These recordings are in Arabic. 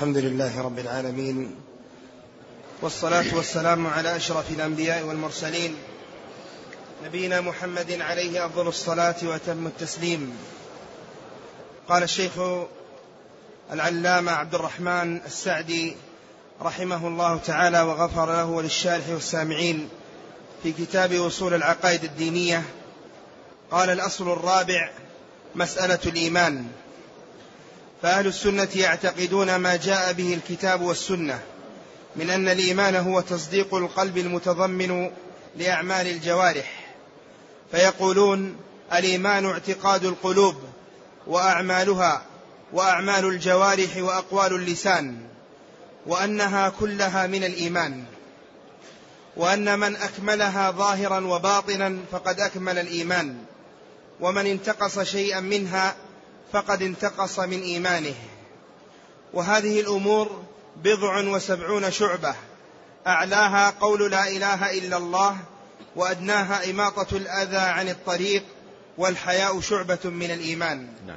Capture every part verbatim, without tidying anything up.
الحمد لله رب العالمين، والصلاة والسلام على أشرف الأنبياء والمرسلين، نبينا محمد عليه أفضل الصلاة وأتم التسليم. قال الشيخ العلامة عبد الرحمن السعدي رحمه الله تعالى وغفر له وللشارح والسامعين في كتاب أصول العقائد الدينية، قال: الأصل الرابع مسألة الإيمان. فأهل السنة يعتقدون ما جاء به الكتاب والسنة من أن الإيمان هو تصديق القلب المتضمن لأعمال الجوارح، فيقولون: الإيمان اعتقاد القلوب وأعمالها وأعمال الجوارح وأقوال اللسان، وأنها كلها من الإيمان، وأن من أكملها ظاهرا وباطنا فقد أكمل الإيمان، ومن انتقص شيئا منها فقد انتقص من إيمانه. وهذه الأمور بضع وسبعون شعبة، أعلاها قول لا إله إلا الله، وأدناها إماطة الأذى عن الطريق، والحياء شعبة من الإيمان. نعم.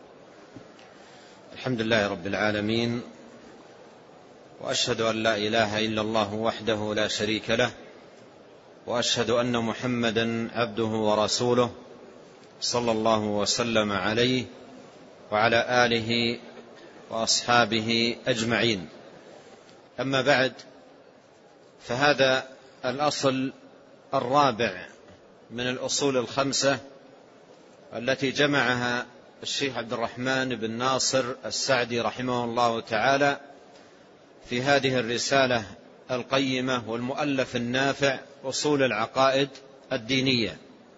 الحمد لله رب العالمين، وأشهد أن لا إله إلا الله وحده لا شريك له، وأشهد أن محمدا عبده ورسوله صلى الله وسلم عليه وعلى آله وأصحابه أجمعين. أما بعد، فهذا الأصل الرابع من الأصول الخمسة التي جمعها الشيخ عبد الرحمن بن ناصر السعدي رحمه الله تعالى في هذه الرسالة القيمة والمؤلف النافع أصول العقائد الدينية.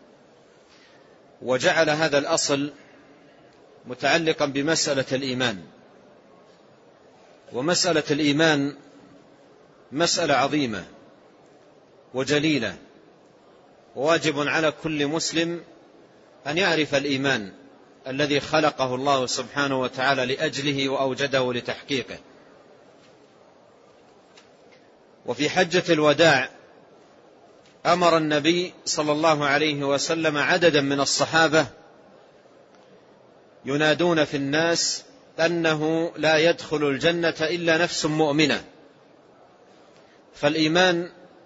وجعل هذا الأصل متعلقا بمسألة الإيمان. ومسألة الإيمان مسألة عظيمة وجليلة، وواجب على كل مسلم أن يعرف الإيمان الذي خلقه الله سبحانه وتعالى لأجله وأوجده لتحقيقه. وفي حجة الوداع أمر النبي صلى الله عليه وسلم عددا من الصحابة ينادون في الناس أنه لا يدخل الجنة إلا نفس مؤمنة. فالإيمان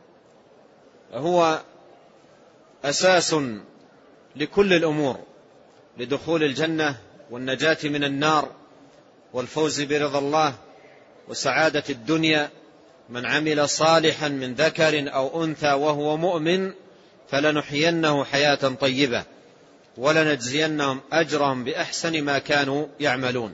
هو أساس لكل الأمور، لدخول الجنة والنجاة من النار والفوز برضا الله وسعادة الدنيا. من عمل صالحا من ذكر أو أنثى وهو مؤمن فلنحيينه حياة طيبة ولنجزينهم أجرهم بأحسن ما كانوا يعملون.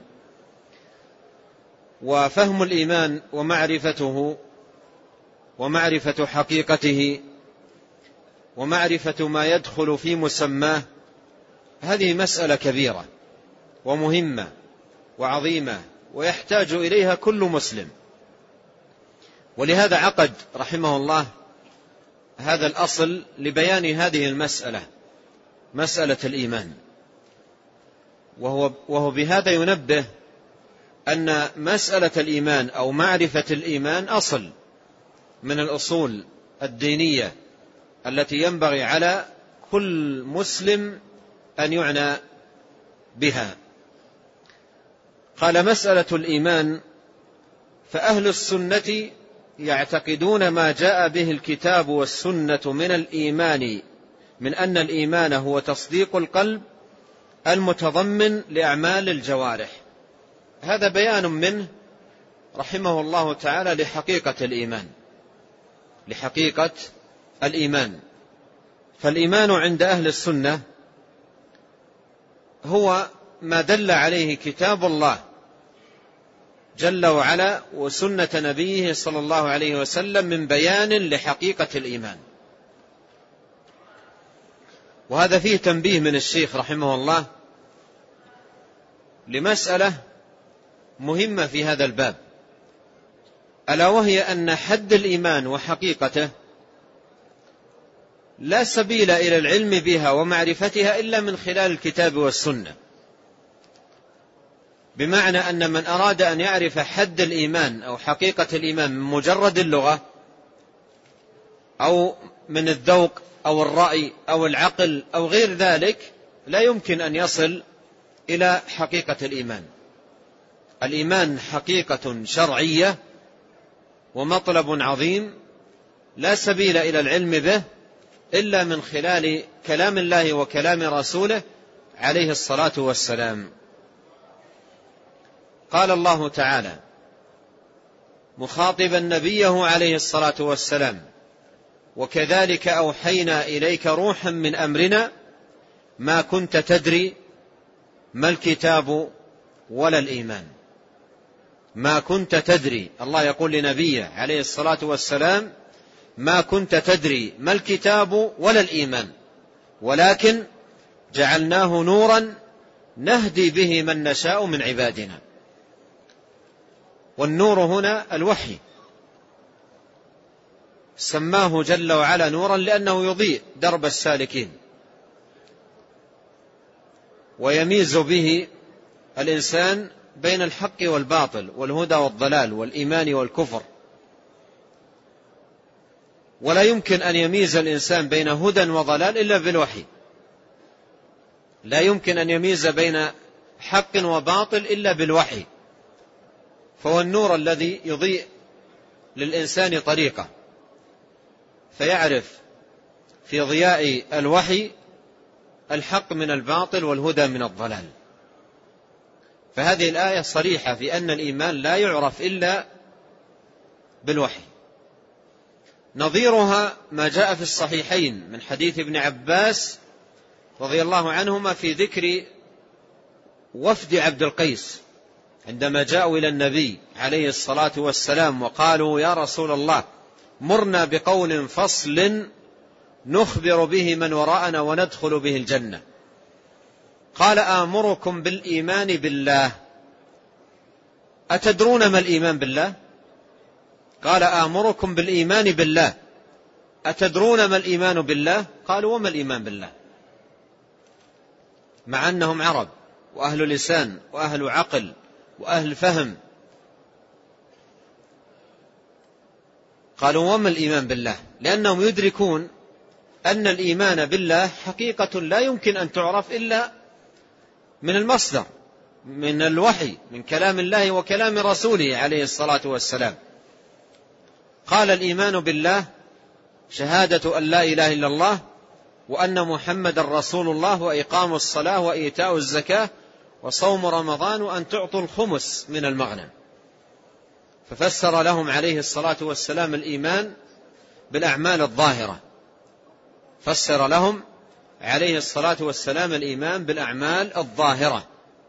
وفهم الإيمان ومعرفته ومعرفة حقيقته ومعرفة ما يدخل في مسماه، هذه مسألة كبيرة ومهمة وعظيمة ويحتاج إليها كل مسلم. ولهذا عقد رحمه الله هذا الأصل لبيان هذه المسألة، مسألة الإيمان. وهو, وهو بهذا ينبه أن مسألة الإيمان أو معرفة الإيمان أصل من الأصول الدينية التي ينبغي على كل مسلم أن يعنى بها. قال: مسألة الإيمان. فأهل السنة يعتقدون ما جاء به الكتاب والسنة من الإيمان، من أن الإيمان هو تصديق القلب المتضمن لأعمال الجوارح. هذا بيان منه رحمه الله تعالى لحقيقة الإيمان، لحقيقة الإيمان. فالإيمان عند أهل السنة هو ما دل عليه كتاب الله جل وعلا وسنة نبيه صلى الله عليه وسلم من بيان لحقيقة الإيمان. وهذا فيه تنبيه من الشيخ رحمه الله لمسألة مهمة في هذا الباب، ألا وهي أن حد الإيمان وحقيقته لا سبيل إلى العلم بها ومعرفتها إلا من خلال الكتاب والسنة. بمعنى أن من أراد أن يعرف حد الإيمان أو حقيقة الإيمان من مجرد اللغة أو من الذوق أو الرأي أو العقل أو غير ذلك لا يمكن أن يصل إلى حقيقة الإيمان. الإيمان حقيقة شرعية ومطلب عظيم لا سبيل إلى العلم به إلا من خلال كلام الله وكلام رسوله عليه الصلاة والسلام. قال الله تعالى مخاطبا نبيه عليه الصلاة والسلام: وكذلك أوحينا إليك روحا من أمرنا ما كنت تدري ما الكتاب ولا الإيمان. ما كنت تدري، الله يقول لنبيه عليه الصلاة والسلام: ما كنت تدري ما الكتاب ولا الإيمان ولكن جعلناه نورا نهدي به من نشاء من عبادنا. والنور هنا الوحي، سماه جل وعلا نورا لأنه يضيء درب السالكين ويميز به الإنسان بين الحق والباطل والهدى والضلال والإيمان والكفر. ولا يمكن أن يميز الإنسان بين هدى وضلال إلا بالوحي، لا يمكن أن يميز بين حق وباطل إلا بالوحي، فهو النور الذي يضيء للإنسان طريقه فيعرف في ضياء الوحي الحق من الباطل والهدى من الضلال. فهذه الآية صريحة في أن الإيمان لا يعرف إلا بالوحي. نظيرها ما جاء في الصحيحين من حديث ابن عباس رضي الله عنهما في ذكر وفد عبد القيس عندما جاءوا إلى النبي عليه الصلاة والسلام وقالوا: يا رسول الله، مرنا بقول فصل نخبر به من وراءنا وندخل به الجنة. قال: آمركم بالإيمان بالله. أتدرون ما الإيمان بالله؟ قال: آمركم بالإيمان بالله. أتدرون ما الإيمان بالله؟ قالوا: وما الإيمان بالله؟ مع أنهم عرب وأهل لسان وأهل عقل وأهل فهم. قالوا: وما الإيمان بالله؟ لأنهم يدركون أن الإيمان بالله حقيقة لا يمكن أن تعرف إلا من المصدر، من الوحي، من كلام الله وكلام رسوله عليه الصلاة والسلام. قال: الإيمان بالله شهادة أن لا إله إلا الله وأن محمد رسول الله وإقام الصلاة وإيتاء الزكاة وصوم رمضان وأن تعطوا الخمس من المغنم. ففسر لهم عليه الصلاة والسلام الإيمان بالأعمال الظاهرة، فسر لهم عليه الصلاة والسلام الإيمان بالأعمال الظاهرة.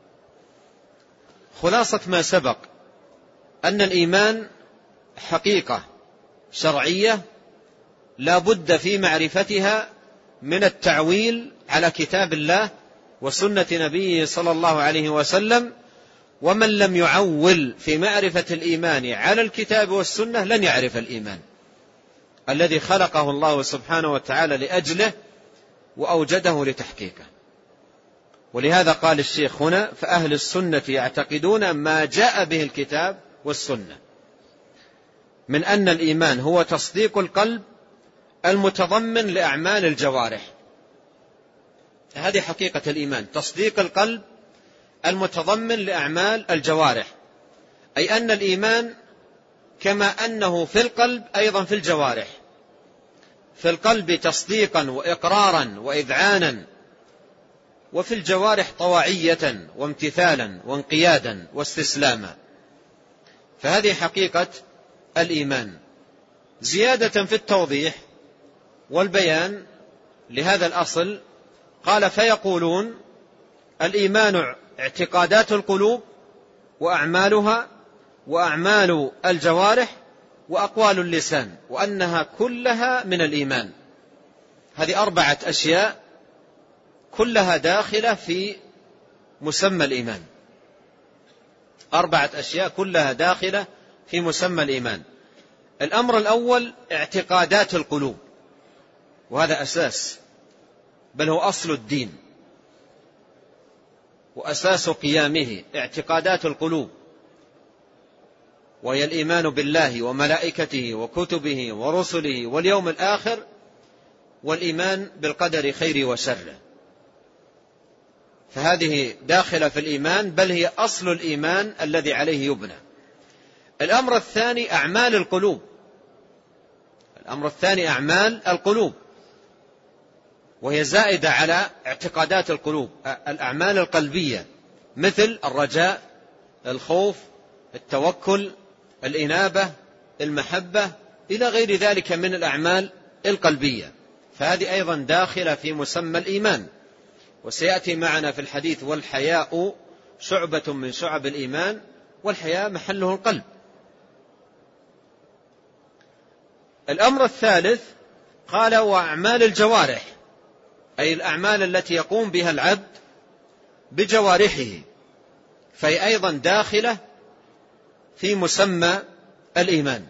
خلاصة ما سبق أن الإيمان حقيقة شرعية لا بد في معرفتها من التعويل على كتاب الله وسنة نبيه صلى الله عليه وسلم. ومن لم يعول في معرفة الإيمان على الكتاب والسنة لن يعرف الإيمان الذي خلقه الله سبحانه وتعالى لأجله وأوجده لتحقيقه. ولهذا قال الشيخ هنا: فأهل السنة يعتقدون ما جاء به الكتاب والسنة من أن الإيمان هو تصديق القلب المتضمن لأعمال الجوارح. هذه حقيقة الإيمان، تصديق القلب المتضمن لأعمال الجوارح، أي أن الإيمان كما أنه في القلب أيضا في الجوارح. في القلب تصديقا وإقرارا وإذعانا، وفي الجوارح طواعية وامتثالا وانقيادا واستسلاما. فهذه حقيقة الإيمان. زيادة في التوضيح والبيان لهذا الأصل قال: فيقولون الإيمان اعتقادات القلوب وأعمالها وأعمال الجوارح وأقوال اللسان، وأنها كلها من الإيمان. هذه أربعة أشياء كلها داخلة في مسمى الإيمان. أربعة أشياء كلها داخلة في مسمى الإيمان. الأمر الأول اعتقادات القلوب، وهذا أساس، بل هو أصل الدين وأساس قيامه. اعتقادات القلوب وهي الإيمان بالله وملائكته وكتبه ورسله واليوم الآخر، والإيمان بالقدر خير وشره. فهذه داخلة في الإيمان، بل هي أصل الإيمان الذي عليه يبنى. الأمر الثاني أعمال القلوب. الأمر الثاني أعمال القلوب، وهي زائدة على اعتقادات القلوب، الأعمال القلبية مثل الرجاء، الخوف، التوكل، الإنابة، المحبة، إلى غير ذلك من الأعمال القلبية، فهذه أيضا داخلة في مسمى الإيمان. وسيأتي معنا في الحديث: والحياء شعبة من شعب الإيمان، والحياء محله القلب. الأمر الثالث قال: وأعمال الجوارح، أي الأعمال التي يقوم بها العبد بجوارحه، فهي أيضا داخلة في مسمى الإيمان،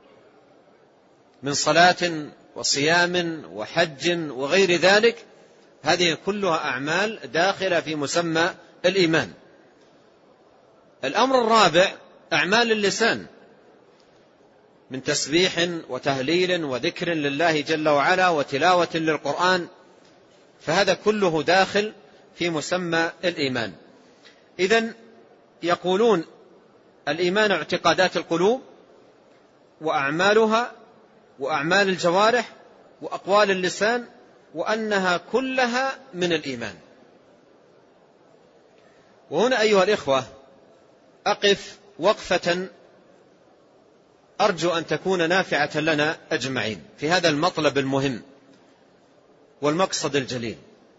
من صلاة وصيام وحج وغير ذلك، هذه كلها أعمال داخلة في مسمى الإيمان. الأمر الرابع أعمال اللسان، من تسبيح وتهليل وذكر لله جل وعلا وتلاوة للقرآن، فهذا كله داخل في مسمى الإيمان. إذن يقولون الإيمان اعتقادات القلوب وأعمالها وأعمال الجوارح وأقوال اللسان، وأنها كلها من الإيمان. وهنا أيها الإخوة أقف وقفة أرجو أن تكون نافعة لنا أجمعين في هذا المطلب المهم والمقصد الجليل،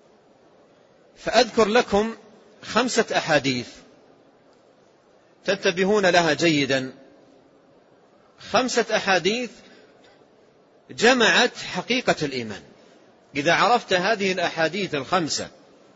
فأذكر لكم خمسة أحاديث تنتبهون لها جيدا، خمسة أحاديث جمعت حقيقة الإيمان. إذا عرفت هذه الأحاديث الخمسة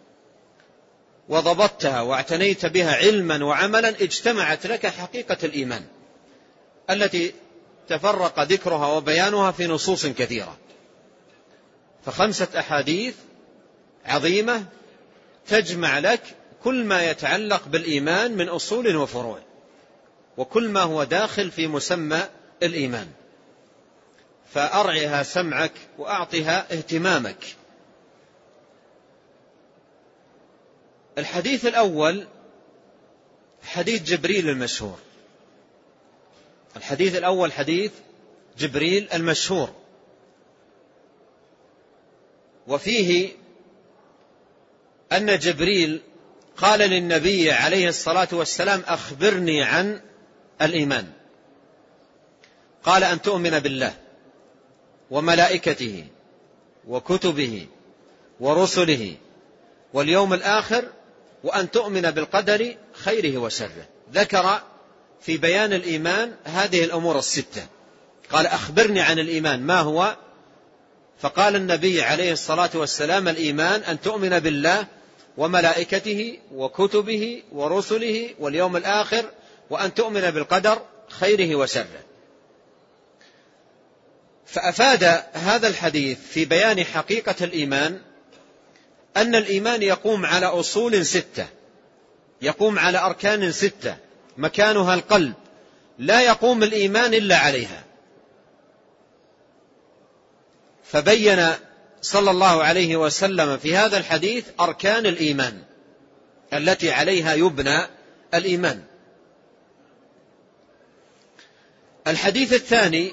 وضبطتها واعتنيت بها علما وعملا، اجتمعت لك حقيقة الإيمان التي تفرق ذكرها وبيانها في نصوص كثيرة. فخمسة أحاديث عظيمة تجمع لك كل ما يتعلق بالإيمان من أصول وفروع، وكل ما هو داخل في مسمى الإيمان، فأرعها سمعك وأعطها اهتمامك. الحديث الأول حديث جبريل المشهور. الحديث الأول حديث جبريل المشهور، وفيه أن جبريل قال للنبي عليه الصلاة والسلام: أخبرني عن الإيمان. قال: أن تؤمن بالله وملائكته وكتبه ورسله واليوم الآخر، وأن تؤمن بالقدر خيره وشره. ذكر في بيان الإيمان هذه الأمور الستة. قال: أخبرني عن الإيمان ما هو؟ فقال النبي عليه الصلاة والسلام: الإيمان أن تؤمن بالله وملائكته وكتبه ورسله واليوم الآخر، وأن تؤمن بالقدر خيره وشره. فأفاد هذا الحديث في بيان حقيقة الإيمان أن الإيمان يقوم على أصول ستة، يقوم على أركان ستة مكانها القلب، لا يقوم الإيمان إلا عليها. فبين صلى الله عليه وسلم في هذا الحديث أركان الإيمان التي عليها يبنى الإيمان. الحديث الثاني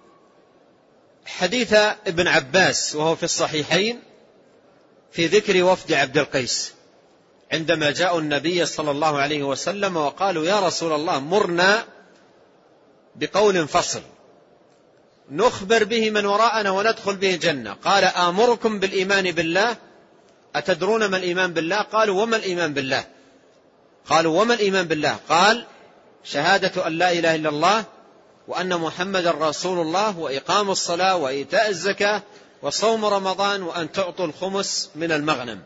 حديث ابن عباس، وهو في الصحيحين، في ذكر وفد عبد القيس عندما جاءوا النبي صلى الله عليه وسلم وقالوا: يا رسول الله، مرنا بقول فصل نخبر به من وراءنا وندخل به الجنة. قال: آمركم بالإيمان بالله. أتدرون ما الإيمان بالله؟ قالوا: وما الإيمان بالله؟ قالوا: وما الإيمان بالله؟ قال: شهادة أن لا إله إلا الله وأن محمد رسول الله، وإقام الصلاة، وإيتاء الزكاة، وصوم رمضان، وأن تعطوا الخمس من المغنم.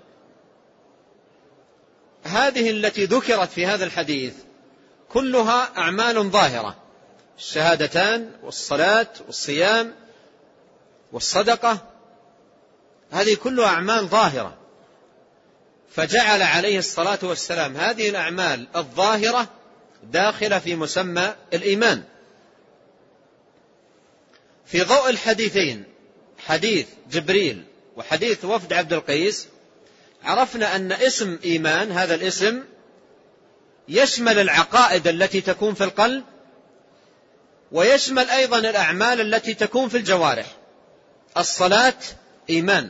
هذه التي ذكرت في هذا الحديث كلها أعمال ظاهرة: الشهادتان والصلاة والصيام والصدقة، هذه كلها أعمال ظاهرة. فجعل عليه الصلاة والسلام هذه الأعمال الظاهرة داخلة في مسمى الإيمان. في ضوء الحديثين، حديث جبريل وحديث وفد عبد القيس، عرفنا أن اسم إيمان هذا الاسم يشمل العقائد التي تكون في القلب، ويشمل أيضا الأعمال التي تكون في الجوارح. الصلاة إيمان،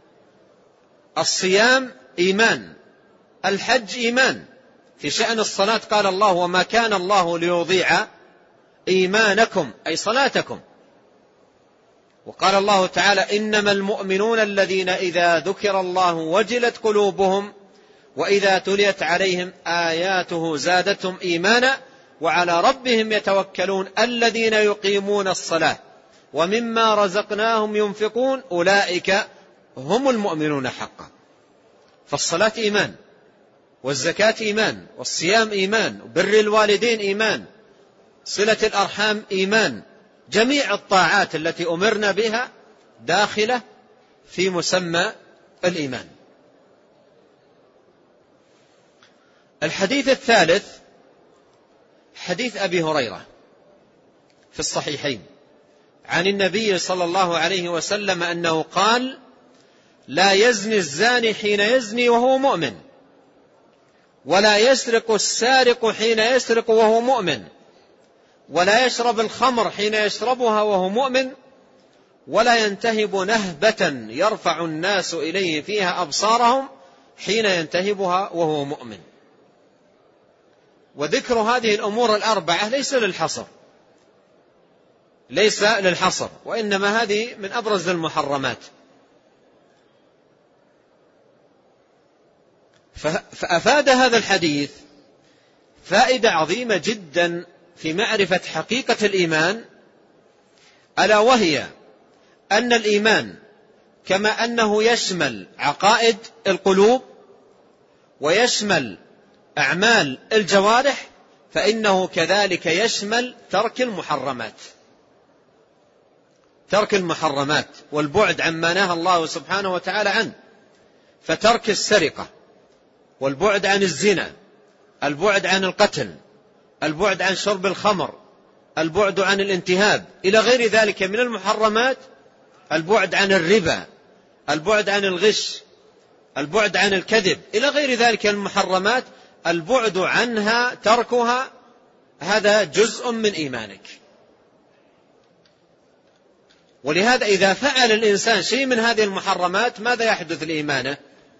الصيام إيمان، الحج إيمان. في شأن الصلاة قال الله: وما كان الله ليضيع إيمانكم، أي صلاتكم. وقال الله تعالى: إنما المؤمنون الذين إذا ذكر الله وجلت قلوبهم وإذا تليت عليهم آياته زادتهم إيمانا وعلى ربهم يتوكلون الذين يقيمون الصلاة ومما رزقناهم ينفقون أولئك هم المؤمنون حقا. فالصلاة إيمان، والزكاة إيمان، والصيام إيمان، وبر الوالدين إيمان، صلة الأرحام إيمان. جميع الطاعات التي أمرنا بها داخلة في مسمى الإيمان. الحديث الثالث حديث أبي هريرة في الصحيحين عن النبي صلى الله عليه وسلم أنه قال: لا يزني الزاني حين يزني وهو مؤمن، ولا يسرق السارق حين يسرق وهو مؤمن، ولا يشرب الخمر حين يشربها وهو مؤمن، ولا ينتهب نهبة يرفع الناس إليه فيها أبصارهم حين ينتهبها وهو مؤمن. وذكر هذه الأمور الأربعة ليس للحصر، ليس للحصر، وإنما هذه من أبرز المحرمات. فأفاد هذا الحديث فائدة عظيمة جدا في معرفة حقيقة الإيمان، ألا وهي أن الإيمان كما أنه يشمل عقائد القلوب ويشمل أعمال الجوارح، فإنه كذلك يشمل ترك المحرمات، ترك المحرمات والبعد عما نهى الله سبحانه وتعالى عنه. فترك السرقة، والبعد عن الزنا، البعد عن القتل، البعد عن شرب الخمر، البعد عن الانتهاب، إلى غير ذلك من المحرمات، البعد عن الربا، البعد عن الغش، البعد عن الكذب، إلى غير ذلك من المحرمات، البعد عنها تركها هذا جزء من إيمانك. ولهذا إذا فعل الإنسان شيء من هذه المحرمات ماذا يحدث لإيمانه؟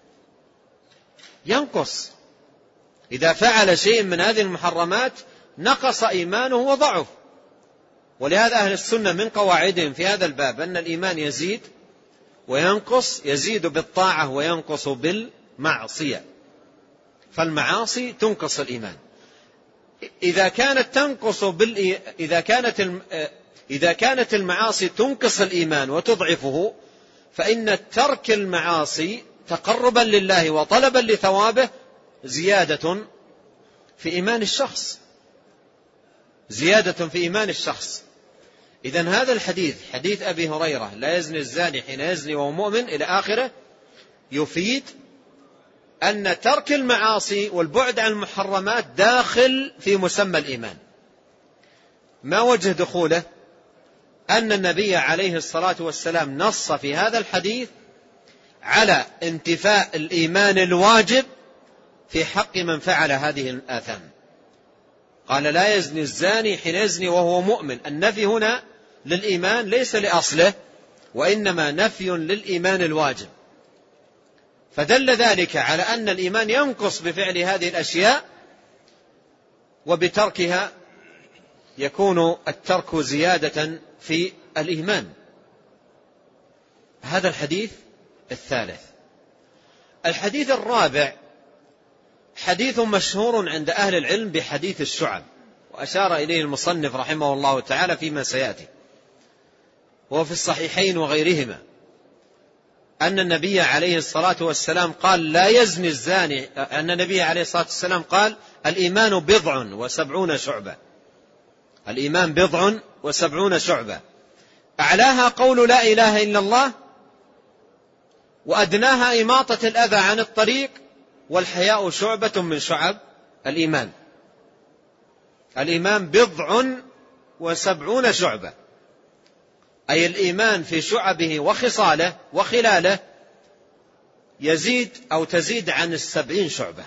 ينقص. إذا فعل شيء من هذه المحرمات نقص إيمانه وضعف. ولهذا أهل السنة من قواعدهم في هذا الباب أن الإيمان يزيد وينقص، يزيد بالطاعة وينقص بالمعصية. فالمعاصي تنقص الإيمان. إذا كانت تنقص بال إذا كانت الم... إذا كانت المعاصي تنقص الإيمان وتضعفه، فإن ترك المعاصي تقربا لله وطلبا لثوابه زيادة في إيمان الشخص، زيادة في إيمان الشخص. إذن هذا الحديث، حديث أبي هريرة: لا يزني الزاني حين يزني وهو مؤمن إلى آخره، يفيد أن ترك المعاصي والبعد عن المحرمات داخل في مسمى الإيمان. ما وجه دخوله؟ أن النبي عليه الصلاة والسلام نص في هذا الحديث على انتفاء الإيمان الواجب في حق من فعل هذه الآثام. قال: لا يزني الزاني حين يزني وهو مؤمن. النفي هنا للإيمان ليس لأصله، وإنما نفي للإيمان الواجب. فدل ذلك على أن الإيمان ينقص بفعل هذه الأشياء، وبتركها يكون الترك زيادة في الإيمان. هذا الحديث الثالث. الحديث الرابع حديث مشهور عند أهل العلم بحديث الشعب، وأشار إليه المصنف رحمه الله تعالى فيما سيأتي، وهو في الصحيحين وغيرهما، أن النبي عليه الصلاة والسلام قال: لا يزني الزاني. أن النبي عليه الصلاة والسلام قال: الإيمان بضع وسبعون شعبة. الإيمان بضع وسبعون شعبة، أعلاها قول لا إله إلا الله، وأدناها إماطة الأذى عن الطريق، والحياء شعبة من شعب الإيمان. الإيمان بضع وسبعون شعبة، أي الإيمان في شعبه وخصاله وخلاله يزيد أو تزيد عن السبعين شعبة.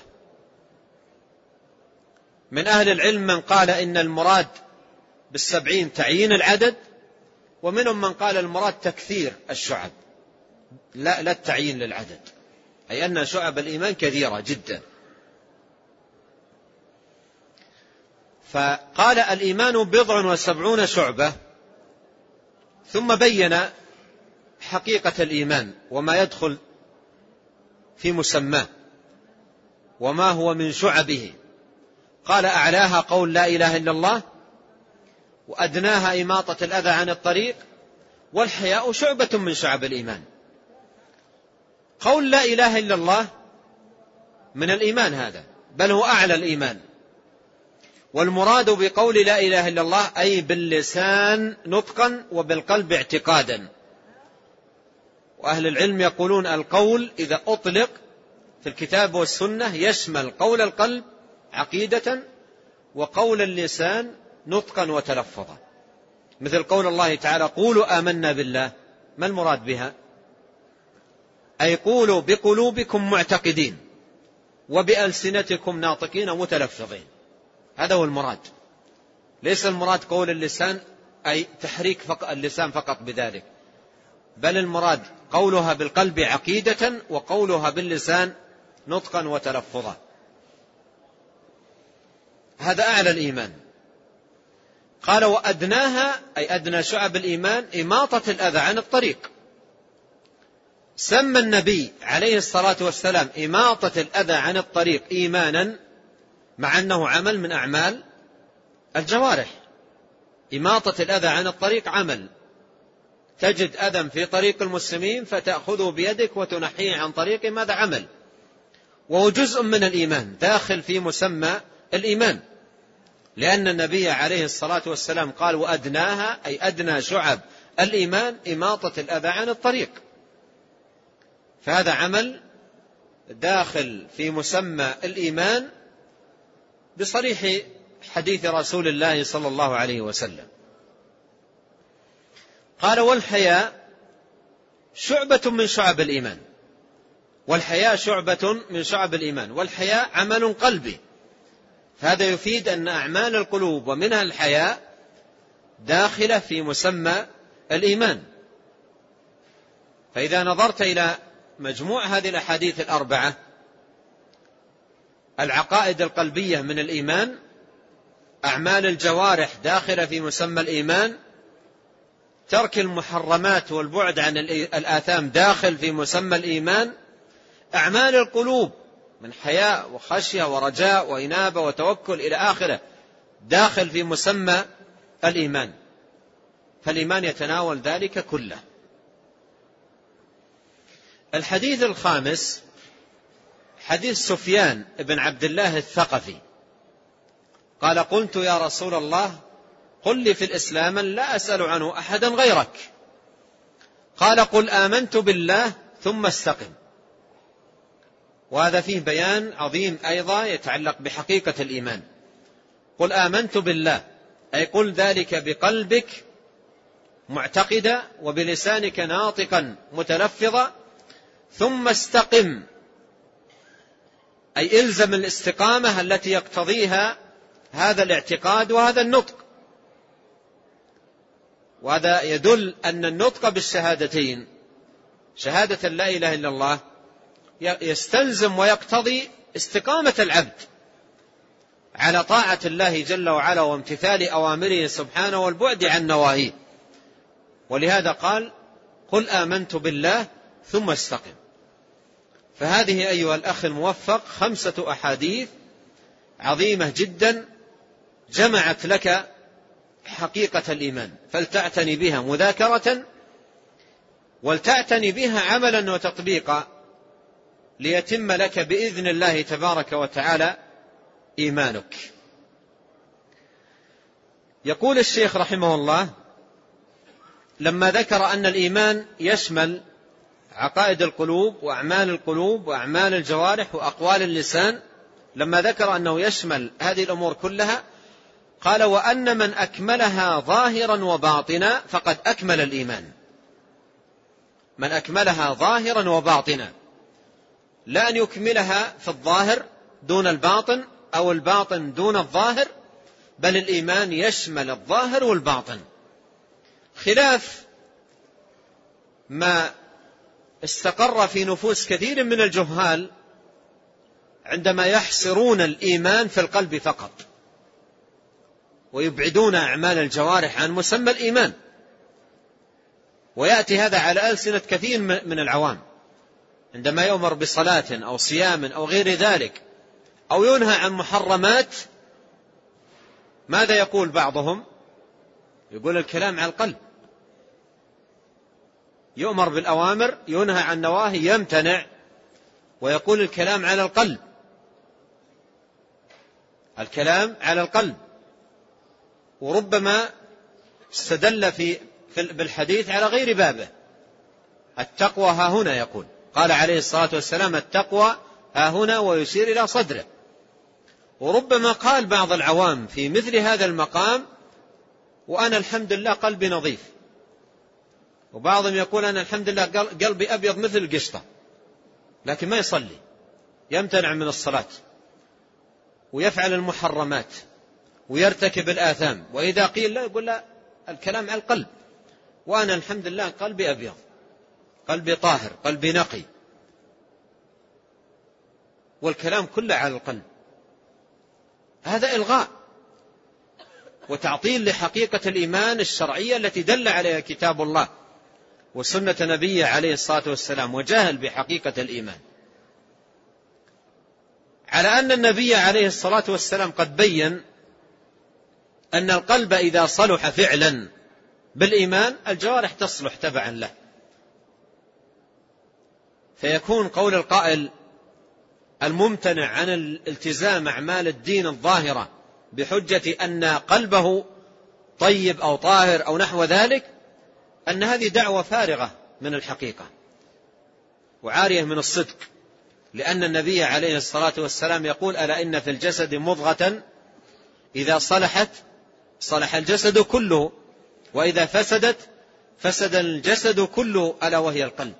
من أهل العلم من قال إن المراد بالسبعين تعيين العدد، ومنهم من قال المراد تكثير الشعب، لا لا التعيين للعدد، أي أن شعب الإيمان كثيرة جدا. فقال الإيمان بضع وسبعون شعبة، ثم بين حقيقة الإيمان وما يدخل في مسماه وما هو من شعبه. قال أعلاها قول لا إله إلا الله، وأدناها إماطة الأذى عن الطريق، والحياء شعبة من شعب الإيمان. قول لا إله إلا الله من الإيمان هذا، بل هو أعلى الإيمان. والمراد بقول لا إله إلا الله أي باللسان نطقا وبالقلب اعتقادا. وأهل العلم يقولون القول إذا أطلق في الكتاب والسنة يشمل قول القلب عقيدة وقول اللسان نطقا وتلفظا، مثل قول الله تعالى قولوا آمنا بالله. ما المراد بها؟ أي قولوا بقلوبكم معتقدين وبألسنتكم ناطقين متلفظين، هذا هو المراد. ليس المراد قول اللسان أي تحريك فقط اللسان فقط بذلك، بل المراد قولها بالقلب عقيدة وقولها باللسان نطقا وتلفظا، هذا أعلى الإيمان. قال وأدناها أي أدنى شعب الإيمان إماطة الأذى عن الطريق. سمى النبي عليه الصلاة والسلام إماطة الأذى عن الطريق إيمانا، مع أنه عمل من أعمال الجوارح. إماطة الأذى عن الطريق عمل، تجد أذى في طريق المسلمين فتأخذه بيدك وتنحيه عن طريقه، ماذا عمل؟ وهو جزء من الإيمان داخل في مسمى الإيمان، لأن النبي عليه الصلاة والسلام قال وأدناها أي أدنى شعب الإيمان إماطة الأذى عن الطريق. فهذا عمل داخل في مسمى الإيمان بصريح حديث رسول الله صلى الله عليه وسلم. قال والحياء شعبة من شعب الإيمان. والحياء شعبة من شعب الإيمان، والحياء عمل قلبي، فهذا يفيد أن أعمال القلوب ومنها الحياء داخلة في مسمى الإيمان. فإذا نظرت إلى مجموع هذه الأحاديث الأربعة، العقائد القلبية من الإيمان، أعمال الجوارح داخلة في مسمى الإيمان، ترك المحرمات والبعد عن الآثام داخل في مسمى الإيمان، أعمال القلوب من حياء وخشية ورجاء وإنابة وتوكل إلى آخره داخل في مسمى الإيمان. فالإيمان يتناول ذلك كله. الحديث الخامس حديث سفيان بن عبد الله الثقفي قال قلت يا رسول الله قل لي في الإسلام لا أسأل عنه أحدا غيرك. قال قل آمنت بالله ثم استقم. وهذا فيه بيان عظيم أيضا يتعلق بحقيقة الإيمان. قل آمنت بالله أي قل ذلك بقلبك معتقدا وبلسانك ناطقا متلفظا، ثم استقم أي إلزم الاستقامة التي يقتضيها هذا الاعتقاد وهذا النطق. وهذا يدل أن النطق بالشهادتين، شهادة لا إله إلا الله، يستلزم ويقتضي استقامة العبد على طاعة الله جل وعلا وامتثال أوامره سبحانه والبعد عن نواهيه. ولهذا قال قل آمنت بالله ثم استقم. فهذه أيها الأخ الموفق خمسة أحاديث عظيمة جدا جمعت لك حقيقة الإيمان، فلتعتني بها مذاكرة ولتعتني بها عملا وتطبيقا ليتم لك بإذن الله تبارك وتعالى إيمانك. يقول الشيخ رحمه الله لما ذكر أن الإيمان يشمل عقائد القلوب وأعمال القلوب وأعمال الجوارح وأقوال اللسان، لما ذكر أنه يشمل هذه الأمور كلها قال وأن من أكملها ظاهرا وباطنا فقد أكمل الإيمان. من أكملها ظاهرا وباطنا لا أن يكملها في الظاهر دون الباطن أو الباطن دون الظاهر، بل الإيمان يشمل الظاهر والباطن، خلاف ما استقر في نفوس كثير من الجهال عندما يحصرون الإيمان في القلب فقط ويبعدون أعمال الجوارح عن مسمى الإيمان. ويأتي هذا على ألسنة كثير من العوام عندما يؤمر بصلاة أو صيام أو غير ذلك أو ينهى عن محرمات، ماذا يقول بعضهم؟ يقول الكلام على القلب، يؤمر بالأوامر ينهى عن نواهي يمتنع، ويقول الكلام على القلب، الكلام على القلب. وربما استدل في بالحديث على غير بابه، التقوى ها هنا، يقول قال عليه الصلاة والسلام التقوى ها هنا، ويشير إلى صدره. وربما قال بعض العوام في مثل هذا المقام وأنا الحمد لله قلبي نظيف، وبعضهم يقول أنا الحمد لله قلبي أبيض مثل القشطة، لكن ما يصلي، يمتنع من الصلاة ويفعل المحرمات ويرتكب الآثام، وإذا قيل لا يقول لا الكلام على القلب، وأنا الحمد لله قلبي أبيض، قلبي طاهر، قلبي نقي، والكلام كله على القلب. هذا إلغاء وتعطيل لحقيقة الإيمان الشرعية التي دل عليها كتاب الله وسنة نبيه عليه الصلاة والسلام، وجاهل بحقيقة الإيمان، على أن النبي عليه الصلاة والسلام قد بين أن القلب إذا صلح فعلا بالإيمان الجوارح تصلح تبعا له، فيكون قول القائل الممتنع عن الالتزام أعمال الدين الظاهرة بحجة أن قلبه طيب أو طاهر أو نحو ذلك، أن هذه دعوة فارغة من الحقيقة وعارية من الصدق، لأن النبي عليه الصلاة والسلام يقول ألا إن في الجسد مضغة إذا صلحت صلح الجسد كله، وإذا فسدت فسد الجسد كله، ألا وهي القلب.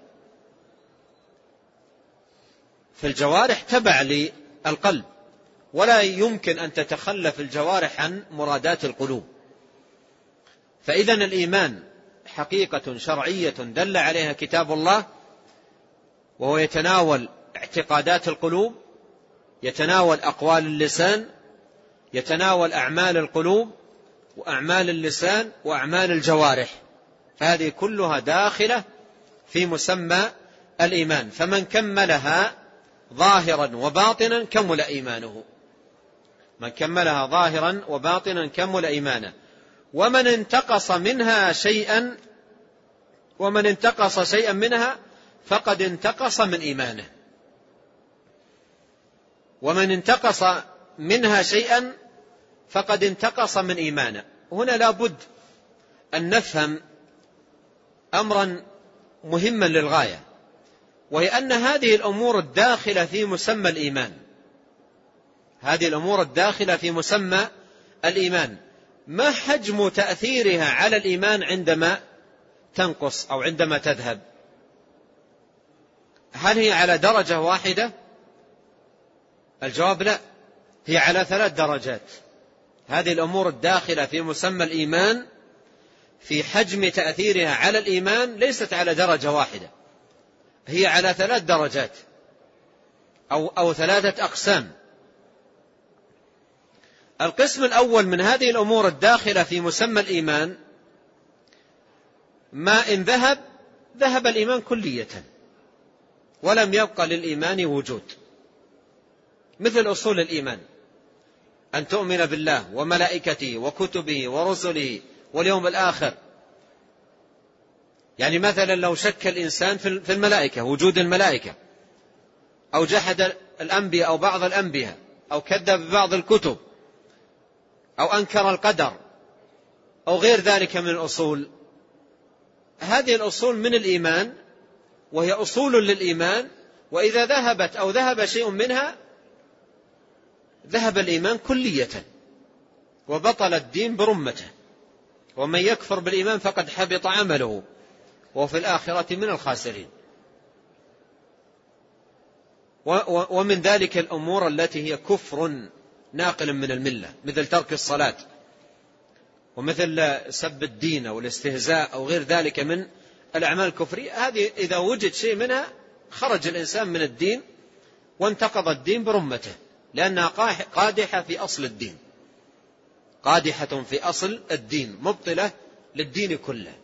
فالجوارح تبع للقلب، ولا يمكن أن تتخلف الجوارح عن مرادات القلوب. فإذا الإيمان حقيقة شرعية دل عليها كتاب الله، وهو يتناول اعتقادات القلوب، يتناول أقوال اللسان، يتناول أعمال القلوب وأعمال اللسان وأعمال الجوارح، فهذه كلها داخلة في مسمى الإيمان. فمن كملها ظاهرا وباطنا كمل إيمانه، من كملها ظاهرا وباطنا كمل إيمانه. ومن انتقص منها شيئا ومن انتقص شيئا منها فقد انتقص من إيمانه. ومن انتقص منها شيئا فقد انتقص من إيمانه. هنا لابد أن نفهم أمرا مهما للغاية، وهي أن هذه الأمور الداخلة في مسمى الإيمان، هذه الأمور الداخلة في مسمى الإيمان، ما حجم تأثيرها على الإيمان عندما تنقص أو عندما تذهب؟ هل هي على درجة واحدة؟ الجواب لا، هي على ثلاث درجات. هذه الأمور الداخلة في مسمى الإيمان في حجم تأثيرها على الإيمان ليست على درجة واحدة، هي على ثلاث درجات أو, أو ثلاثة أقسام. القسم الأول من هذه الأمور الداخلة في مسمى الإيمان ما إن ذهب ذهب الإيمان كلية ولم يبقى للإيمان وجود، مثل أصول الإيمان: أن تؤمن بالله وملائكته وكتبه ورسله واليوم الآخر. يعني مثلا لو شك الإنسان في الملائكة، وجود الملائكة، أو جحد الأنبياء أو بعض الأنبياء، أو كذب ببعض الكتب، أو أنكر القدر، أو غير ذلك من الأصول، هذه الأصول من الإيمان وهي أصول للإيمان، وإذا ذهبت أو ذهب شيء منها ذهب الإيمان كلية وبطل الدين برمته، ومن يكفر بالإيمان فقد حبط عمله وفي الآخرة من الخاسرين. ومن ذلك الأمور التي هي كفر ناقل من الملة، مثل ترك الصلاة ومثل سب الدين أو الاستهزاء أو غير ذلك من الأعمال الكفرية. هذه إذا وجد شيء منها خرج الإنسان من الدين وانتقض الدين برمته، لأنها قادحة في أصل الدين، قادحة في أصل الدين، مبطلة للدين كله.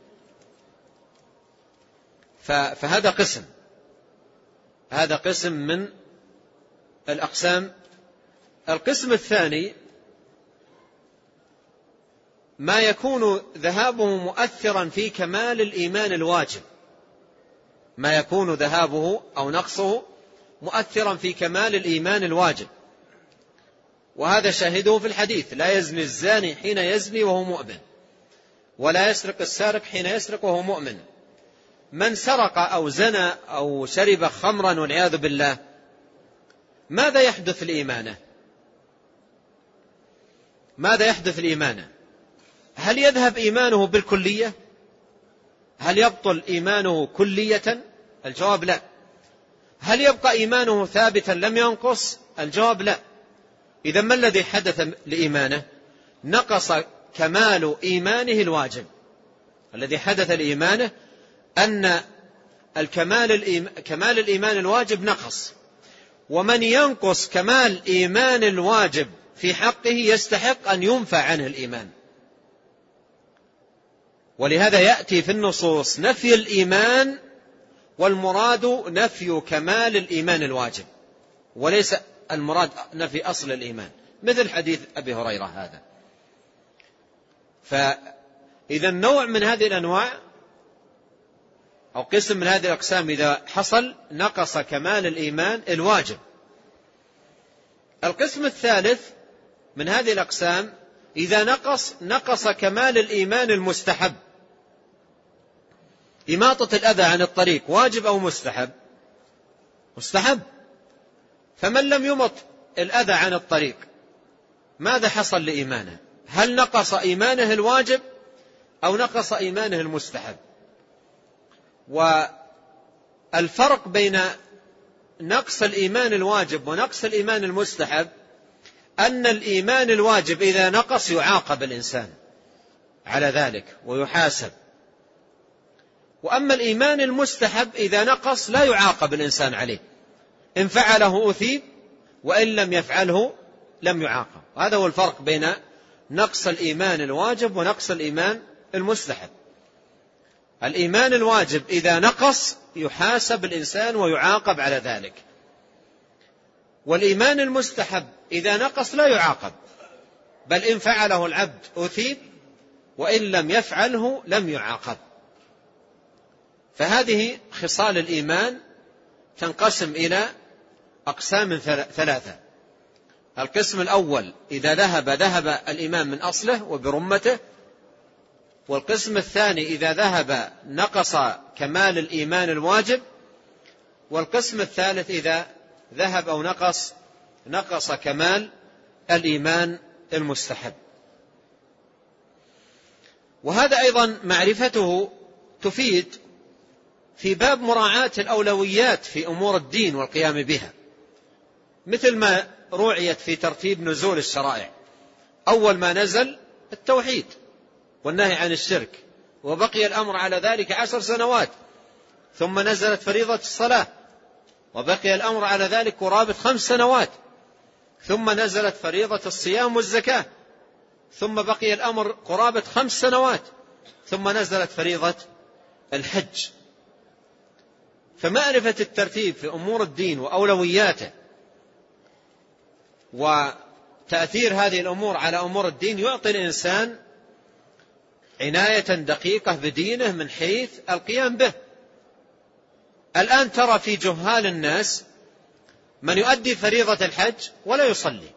فهذا قسم هذا قسم من الأقسام. القسم الثاني ما يكون ذهابه مؤثرا في كمال الإيمان الواجب، ما يكون ذهابه أو نقصه مؤثرا في كمال الإيمان الواجب، وهذا شاهده في الحديث: لا يزني الزاني حين يزني وهو مؤمن، ولا يسرق السارق حين يسرق وهو مؤمن. من سرق أو زنى أو شرب خمرا والعياذ بالله، ماذا يحدث لإيمانه؟ ماذا يحدث لإيمانه؟ هل يذهب إيمانه بالكلية؟ هل يبطل إيمانه كلية؟ الجواب لا. هل يبقى إيمانه ثابتا لم ينقص؟ الجواب لا. إذا ما الذي حدث لإيمانه؟ نقص كمال إيمانه الواجب. الذي حدث لإيمانه أن الكمال الإيمان كمال الإيمان الواجب نقص، ومن ينقص كمال إيمان الواجب في حقه يستحق أن ينفى عنه الإيمان. ولهذا يأتي في النصوص نفي الإيمان، والمراد نفي كمال الإيمان الواجب، وليس المراد نفي أصل الإيمان، مثل حديث أبي هريرة هذا. فإذا نوع من هذه الأنواع أو قسم من هذه الأقسام إذا حصل نقص كمال الإيمان الواجب. القسم الثالث من هذه الأقسام إذا نقص نقص كمال الإيمان المستحب. إماطة الأذى عن الطريق واجب أو مستحب؟ مستحب. فمن لم يمط الأذى عن الطريق ماذا حصل لإيمانه؟ هل نقص إيمانه الواجب أو نقص إيمانه المستحب؟ والفرق بين نقص الإيمان الواجب ونقص الإيمان المستحب أن الإيمان الواجب إذا نقص يعاقب الإنسان على ذلك ويحاسب، وأما الإيمان المستحب إذا نقص لا يعاقب الإنسان عليه، إن فعله أثيب وإن لم يفعله لم يعاقب. هذا هو الفرق بين نقص الإيمان الواجب ونقص الإيمان المستحب. الإيمان الواجب إذا نقص يحاسب الإنسان ويعاقب على ذلك، والإيمان المستحب إذا نقص لا يعاقب، بل إن فعله العبد أثيب وإن لم يفعله لم يعاقب. فهذه خصال الإيمان تنقسم إلى أقسام ثلاثة. القسم الأول إذا ذهب ذهب الإيمان من أصله وبرمته، والقسم الثاني إذا ذهب نقص كمال الإيمان الواجب، والقسم الثالث إذا ذهب أو نقص نقص كمال الإيمان المستحب. وهذا أيضا معرفته تفيد في باب مراعاة الأولويات في أمور الدين والقيام بها، مثل ما رعيت في ترتيب نزول الشرائع. أول ما نزل التوحيد والنهي عن الشرك، وبقي الأمر على ذلك عشر سنوات، ثم نزلت فريضة الصلاة، وبقي الأمر على ذلك قرابة خمس سنوات، ثم نزلت فريضة الصيام والزكاة، ثم بقي الأمر قرابة خمس سنوات، ثم نزلت فريضة الحج. فمعرفة الترتيب في أمور الدين وأولوياته وتأثير هذه الأمور على أمور الدين يعطي الإنسان عناية دقيقة بدينه من حيث القيام به. الآن ترى في جهال الناس من يؤدي فريضة الحج ولا يصلي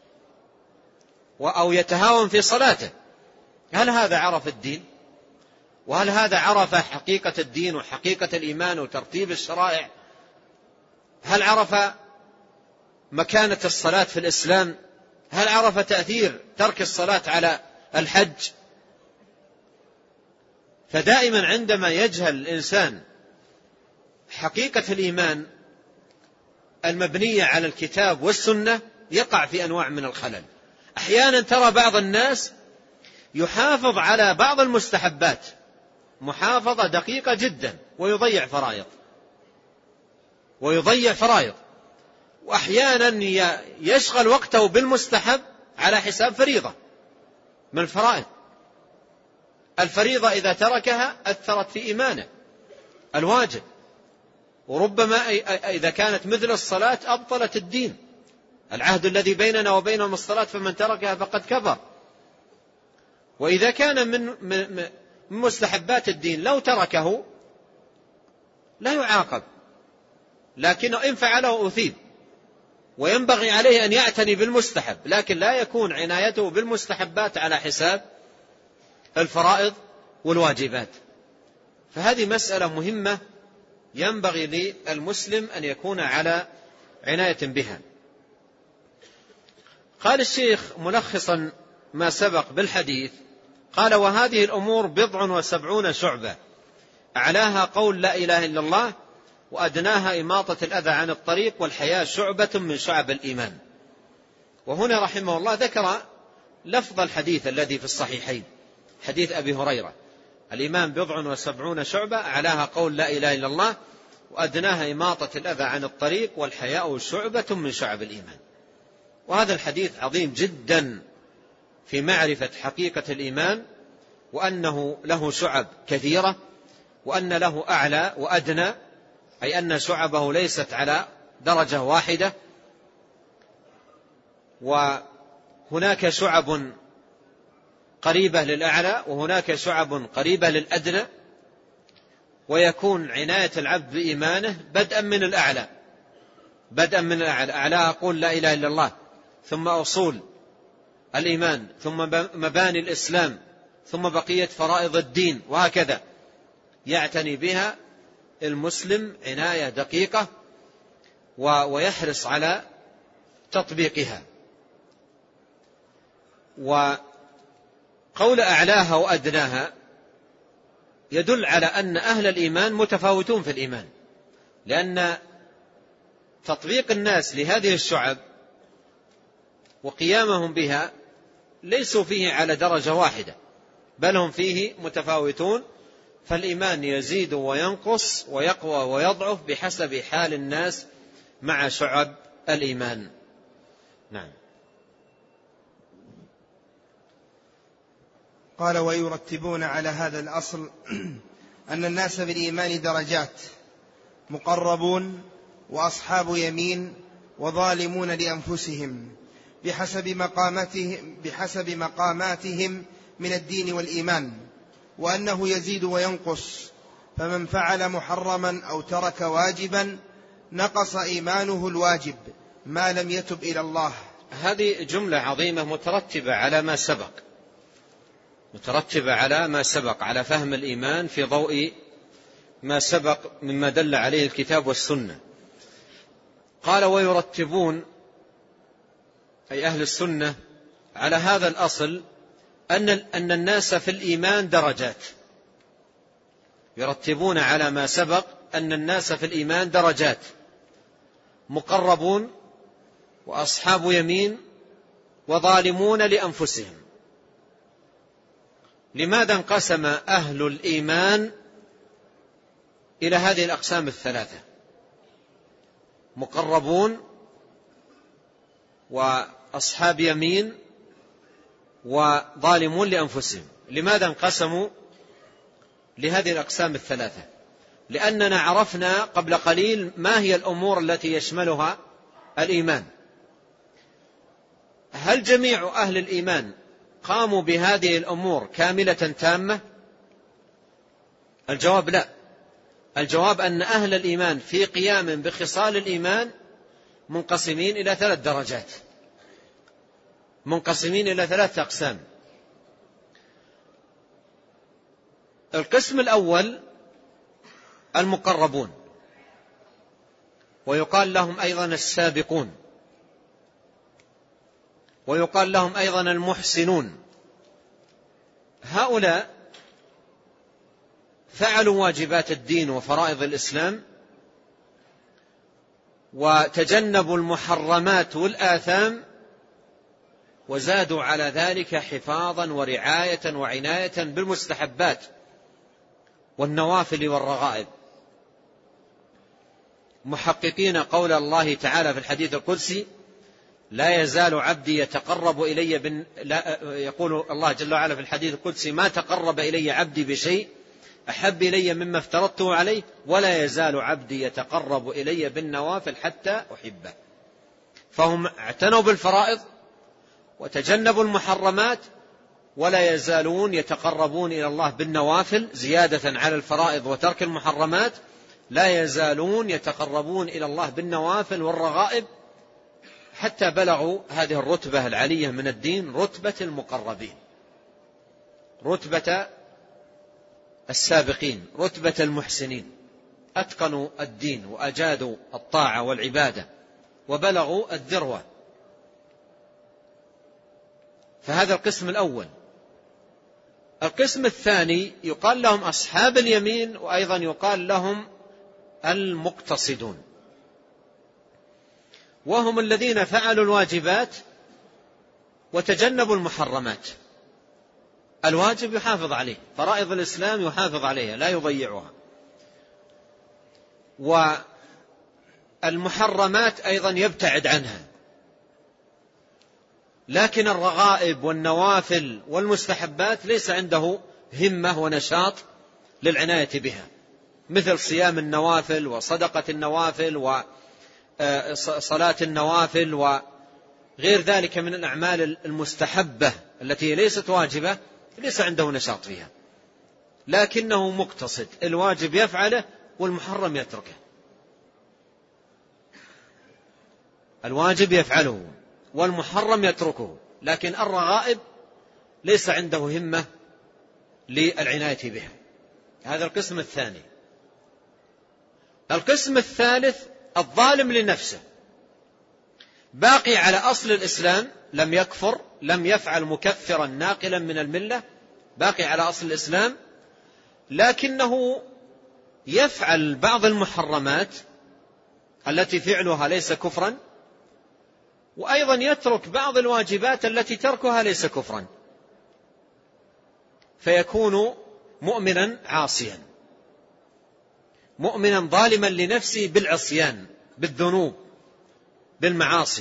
أو يتهاون في صلاته. هل هذا عرف الدين؟ وهل هذا عرف حقيقة الدين وحقيقة الإيمان وترتيب الشرائع؟ هل عرف مكانة الصلاة في الإسلام؟ هل عرف تأثير ترك الصلاة على الحج؟ فدائما عندما يجهل الإنسان حقيقة الإيمان المبنية على الكتاب والسنة يقع في أنواع من الخلل. أحيانا ترى بعض الناس يحافظ على بعض المستحبات محافظة دقيقة جدا ويضيع فرائض ويضيع فرائض وأحيانا يشغل وقته بالمستحب على حساب فريضة من الفرائض. الفريضة إذا تركها أثرت في إيمانه الواجب، وربما إذا كانت مثل الصلاة أبطلت الدين. العهد الذي بيننا وبينهم الصلاة فمن تركها فقد كفر. وإذا كان من من مستحبات الدين لو تركه لا يعاقب، لكنه إن فعله أثيب. وينبغي عليه أن يعتني بالمستحب، لكن لا يكون عنايته بالمستحبات على حساب الفرائض والواجبات. فهذه مسألة مهمة ينبغي للمسلم أن يكون على عناية بها. قال الشيخ ملخصا ما سبق بالحديث، قال: وهذه الأمور بضع وسبعون شعبة، أعلاها قول لا إله إلا الله، وأدناها إماطة الأذى عن الطريق، والحياء شعبة من شعب الإيمان. وهنا رحمه الله ذكر لفظ الحديث الذي في الصحيحين، حديث أبي هريرة: الإيمان بضع وسبعون شعبة، أعلاها قول لا إله إلا الله، وأدناها إماطة الأذى عن الطريق، والحياء شعبة من شعب الإيمان. وهذا الحديث عظيم جدا في معرفة حقيقة الإيمان، وأنه له شعب كثيرة، وأن له أعلى وأدنى، أي أن شعبه ليست على درجة واحدة، وهناك شعب قريبة للأعلى وهناك شعب قريبة للأدنى. ويكون عناية العبد بإيمانه بدءا من الأعلى، بدءا من الأعلى، أعلى أقول لا إله إلا الله، ثم أصول الإيمان، ثم مباني الإسلام، ثم بقية فرائض الدين، وهكذا يعتني بها المسلم عناية دقيقة ويحرص على تطبيقها. وقول أعلاها وأدناها يدل على أن أهل الإيمان متفاوتون في الإيمان، لأن تطبيق الناس لهذه الشعب وقيامهم بها ليسوا فيه على درجة واحدة، بل هم فيه متفاوتون. فالإيمان يزيد وينقص ويقوى ويضعف بحسب حال الناس مع شعب الإيمان. نعم. قال: ويرتبون على هذا الأصل أن الناس بالإيمان درجات، مقربون وأصحاب يمين وظالمون لأنفسهم بحسب مقاماتهم, بحسب مقاماتهم من الدين والإيمان، وأنه يزيد وينقص، فمن فعل محرما أو ترك واجبا نقص إيمانه الواجب ما لم يتب إلى الله. هذه جملة عظيمة مترتبة على ما سبق، مترتبة على ما سبق، على فهم الإيمان في ضوء ما سبق مما دل عليه الكتاب والسنة. قال: ويرتبون، أي أهل السنة، على هذا الأصل أن أن الناس في الإيمان درجات. يرتبون على ما سبق أن الناس في الإيمان درجات، مقربون وأصحاب يمين وظالمون لأنفسهم. لماذا انقسم أهل الإيمان إلى هذه الأقسام الثلاثة؟ مقربون وأصحاب يمين وظالمون لأنفسهم. لماذا انقسموا لهذه الأقسام الثلاثة؟ لأننا عرفنا قبل قليل ما هي الأمور التي يشملها الإيمان. هل جميع أهل الإيمان قاموا بهذه الأمور كاملة تامة؟ الجواب لا. الجواب أن أهل الإيمان في قيام بخصال الإيمان منقسمين إلى ثلاث درجات، منقسمين إلى ثلاث أقسام. القسم الأول المقربون، ويقال لهم أيضا السابقون، ويقال لهم أيضا المحسنون. هؤلاء فعلوا واجبات الدين وفرائض الإسلام وتجنبوا المحرمات والآثام، وزادوا على ذلك حفاظا ورعاية وعناية بالمستحبات والنوافل والرغائب، محققين قول الله تعالى في الحديث القدسي: لا يزال عبدي يتقرب إلي بن... لا يقول الله جل وعلا في الحديث القدسي: ما تقرب إلي عبدي بشيء أحب إلي مما افترضته عليه، ولا يزال عبدي يتقرب إلي بالنوافل حتى أحبه. فهم اعتنوا بالفرائض وتجنبوا المحرمات، ولا يزالون يتقربون إلى الله بالنوافل زيادة على الفرائض وترك المحرمات، لا يزالون يتقربون إلى الله بالنوافل والرغائب حتى بلغوا هذه الرتبة العالية من الدين، رتبة المقربين، رتبة السابقين، رتبة المحسنين، أتقنوا الدين وأجادوا الطاعة والعبادة وبلغوا الذروة. فهذا القسم الأول. القسم الثاني يقال لهم أصحاب اليمين، وأيضا يقال لهم المقتصدون، وهم الذين فعلوا الواجبات وتجنبوا المحرمات. الواجب يحافظ عليه، فرائض الإسلام يحافظ عليها لا يضيعها، والمحرمات أيضا يبتعد عنها، لكن الرغائب والنوافل والمستحبات ليس عنده همة ونشاط للعناية بها، مثل صيام النوافل وصدقة النوافل وصلاة النوافل وغير ذلك من الأعمال المستحبة التي ليست واجبة، ليس عنده نشاط فيها، لكنه مقتصد، الواجب يفعله والمحرم يتركه، الواجب يفعله والمحرم يتركه، لكن الرغائب ليس عنده همة للعناية بها. هذا القسم الثاني. القسم الثالث الظالم لنفسه، باقي على أصل الإسلام، لم يكفر، لم يفعل مكفرا ناقلا من الملة، باقي على أصل الإسلام، لكنه يفعل بعض المحرمات التي فعلها ليس كفرا، وأيضا يترك بعض الواجبات التي تركها ليس كفرا، فيكون مؤمنا عاصيا، مؤمنا ظالما لنفسه بالعصيان، بالذنوب، بالمعاصي.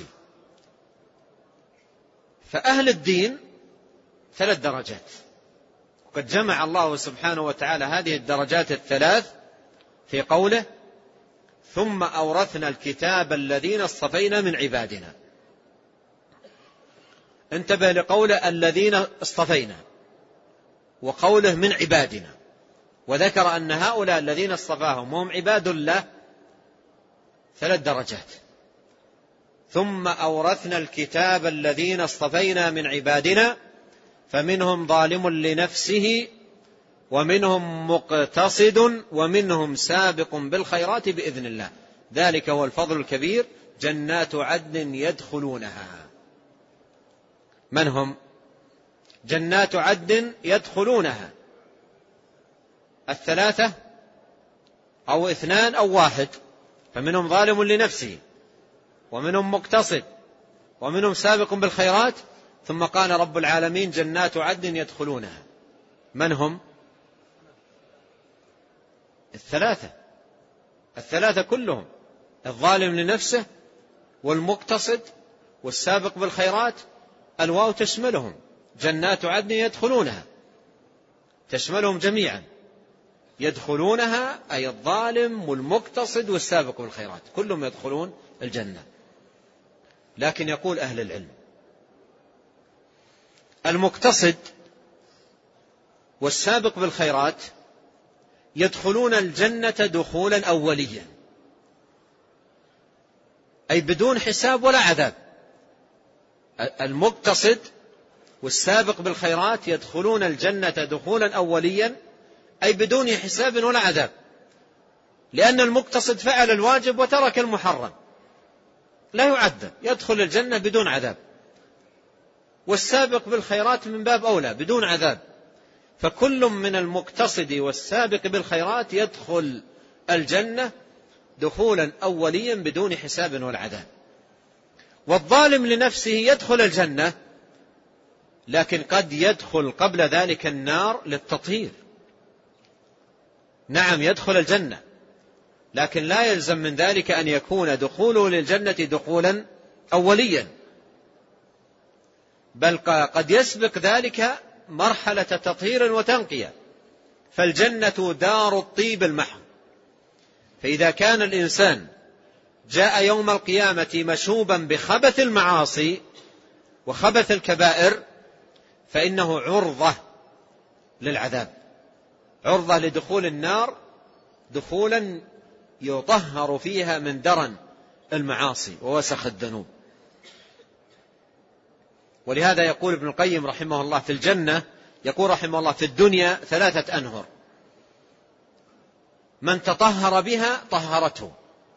فأهل الدين ثلاث درجات، وقد جمع الله سبحانه وتعالى هذه الدرجات الثلاث في قوله: ثم أورثنا الكتاب الذين اصطفينا من عبادنا. انتبه لقوله الذين اصطفينا وقوله من عبادنا، وذكر أن هؤلاء الذين اصطفاهم وهم عباد الله ثلاث درجات. ثم أورثنا الكتاب الذين اصطفينا من عبادنا فمنهم ظالم لنفسه ومنهم مقتصد ومنهم سابق بالخيرات بإذن الله، ذلك هو الفضل الكبير، جنات عدن يدخلونها. من هم؟ جنات عدن يدخلونها، الثلاثة أو اثنان أو واحد، فمنهم ظالم لنفسه ومنهم مقتصد ومنهم سابق بالخيرات، ثم قال رب العالمين جنات عدن يدخلونها. من هم؟ الثلاثة، الثلاثة كلهم، الظالم لنفسه والمقتصد والسابق بالخيرات، الواو تشملهم، جنات عدن يدخلونها تشملهم جميعا، يدخلونها أي الظالم والمقتصد والسابق بالخيرات كلهم يدخلون الجنة. لكن يقول أهل العلم المقتصد والسابق بالخيرات يدخلون الجنة دخولا أوليا، أي بدون حساب ولا عذاب. المقتصد والسابق بالخيرات يدخلون الجنة دخولا أوليا، أي بدون حساب ولا عذاب، لأن المقتصد فعل الواجب وترك المحرم لا يعذب، يدخل الجنة بدون عذاب، والسابق بالخيرات من باب أولى بدون عذاب. فكل من المقتصد والسابق بالخيرات يدخل الجنة دخولا أوليا بدون حساب ولا عذاب. والظالم لنفسه يدخل الجنة، لكن قد يدخل قبل ذلك النار للتطهير. نعم يدخل الجنة، لكن لا يلزم من ذلك أن يكون دخوله للجنة دخولا أوليا، بل قد يسبق ذلك مرحلة تطهير وتنقية. فالجنة دار الطيب المحض، فإذا كان الإنسان جاء يوم القيامة مشوبا بخبث المعاصي وخبث الكبائر فإنه عرضة للعذاب، عرضة لدخول النار دخولا يطهر فيها من درن المعاصي ووسخ الذنوب. ولهذا يقول ابن القيم رحمه الله في الجنة، يقول رحمه الله: في الدنيا ثلاثة أنهر، من تطهر بها طهرته،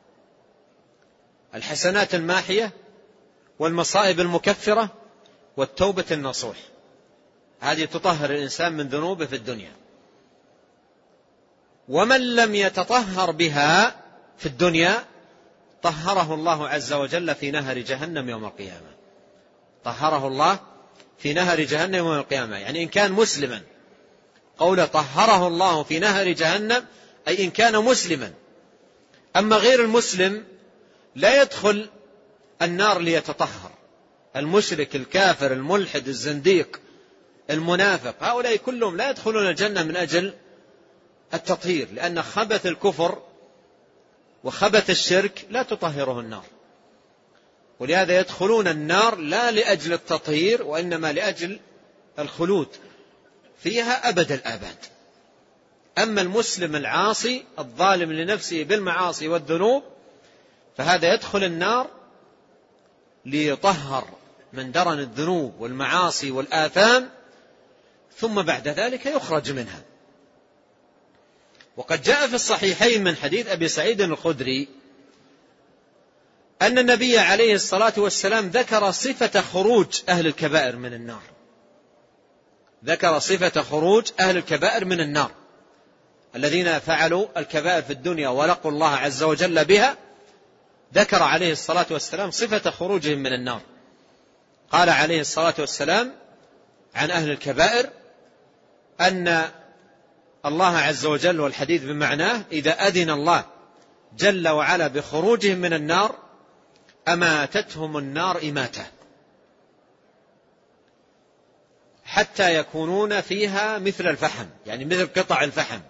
الحسنات الماحية والمصائب المكفرة والتوبة النصوح، هذه تطهر الإنسان من ذنوبه في الدنيا. ومن لم يتطهر بها في الدنيا طهره الله عز وجل في نهر جهنم يوم القيامة، طهره الله في نهر جهنم يوم القيامة. يعني إن كان مسلما، قول طهره الله في نهر جهنم أي إن كان مسلما. أما غير المسلم لا يدخل النار ليتطهر، المشرك الكافر الملحد الزنديق المنافق، هؤلاء كلهم لا يدخلون الجنة من أجل التطهير، لأن خبث الكفر وخبث الشرك لا تطهره النار. ولهذا يدخلون النار لا لأجل التطهير، وإنما لأجل الخلود فيها أبد الآباد. أما المسلم العاصي الظالم لنفسه بالمعاصي والذنوب فهذا يدخل النار ليطهر من درن الذنوب والمعاصي والآثام، ثم بعد ذلك يخرج منها. وقد جاء في الصحيحين من حديث أبي سعيد الخدري أن النبي عليه الصلاة والسلام ذكر صفة خروج أهل الكبائر من النار، ذكر صفة خروج أهل الكبائر من النار، الذين فعلوا الكبائر في الدنيا ولقوا الله عز وجل بها، ذكر عليه الصلاة والسلام صفة خروجهم من النار. قال عليه الصلاة والسلام عن أهل الكبائر أن الله عز وجل، والحديث بمعناه، إذا أذن الله جل وعلا بخروجهم من النار أماتتهم النار إماتة حتى يكونون فيها مثل الفحم، يعني مثل قطع الفحم،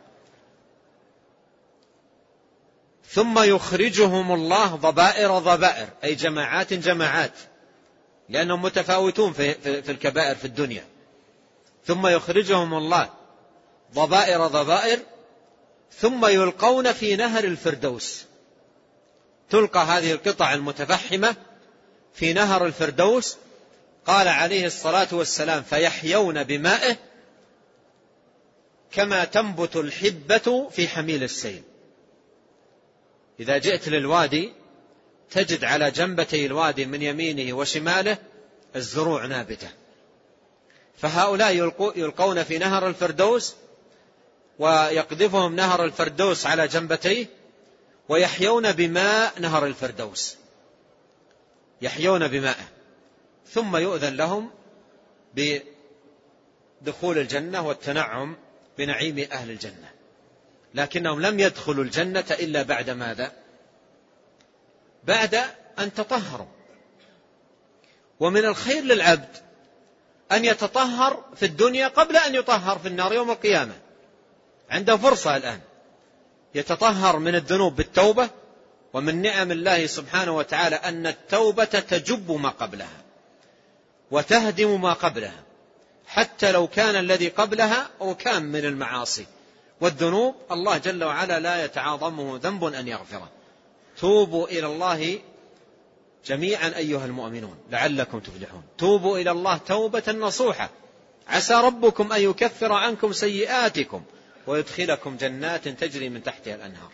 ثم يخرجهم الله ضبائر ضبائر، أي جماعات جماعات، لأنهم متفاوتون في, في, في الكبائر في الدنيا. ثم يخرجهم الله ضبائر ضبائر ثم يلقون في نهر الفردوس، تلقى هذه القطع المتفحمة في نهر الفردوس. قال عليه الصلاة والسلام: فيحيون بمائه كما تنبت الحبة في حميل السيل. إذا جئت للوادي تجد على جنبتي الوادي من يمينه وشماله الزروع نابتة، فهؤلاء يلقون في نهر الفردوس ويقذفهم نهر الفردوس على جنبتيه ويحيون بماء نهر الفردوس، يحيون بماءه، ثم يؤذن لهم بدخول الجنة والتنعم بنعيم أهل الجنة. لكنهم لم يدخلوا الجنة إلا بعد ماذا؟ بعد أن تطهروا. ومن الخير للعبد أن يتطهر في الدنيا قبل أن يطهر في النار يوم القيامة، عنده فرصة الآن يتطهر من الذنوب بالتوبة. ومن نعم الله سبحانه وتعالى أن التوبة تجب ما قبلها وتهدم ما قبلها، حتى لو كان الذي قبلها أو كان من المعاصي والذنوب، الله جل وعلا لا يتعاظمه ذنب أن يغفره. توبوا إلى الله جميعا أيها المؤمنون لعلكم تفلحون. توبوا إلى الله توبة نصوحة، عسى ربكم أن يكفر عنكم سيئاتكم ويدخلكم جنات تجري من تحتها الأنهار.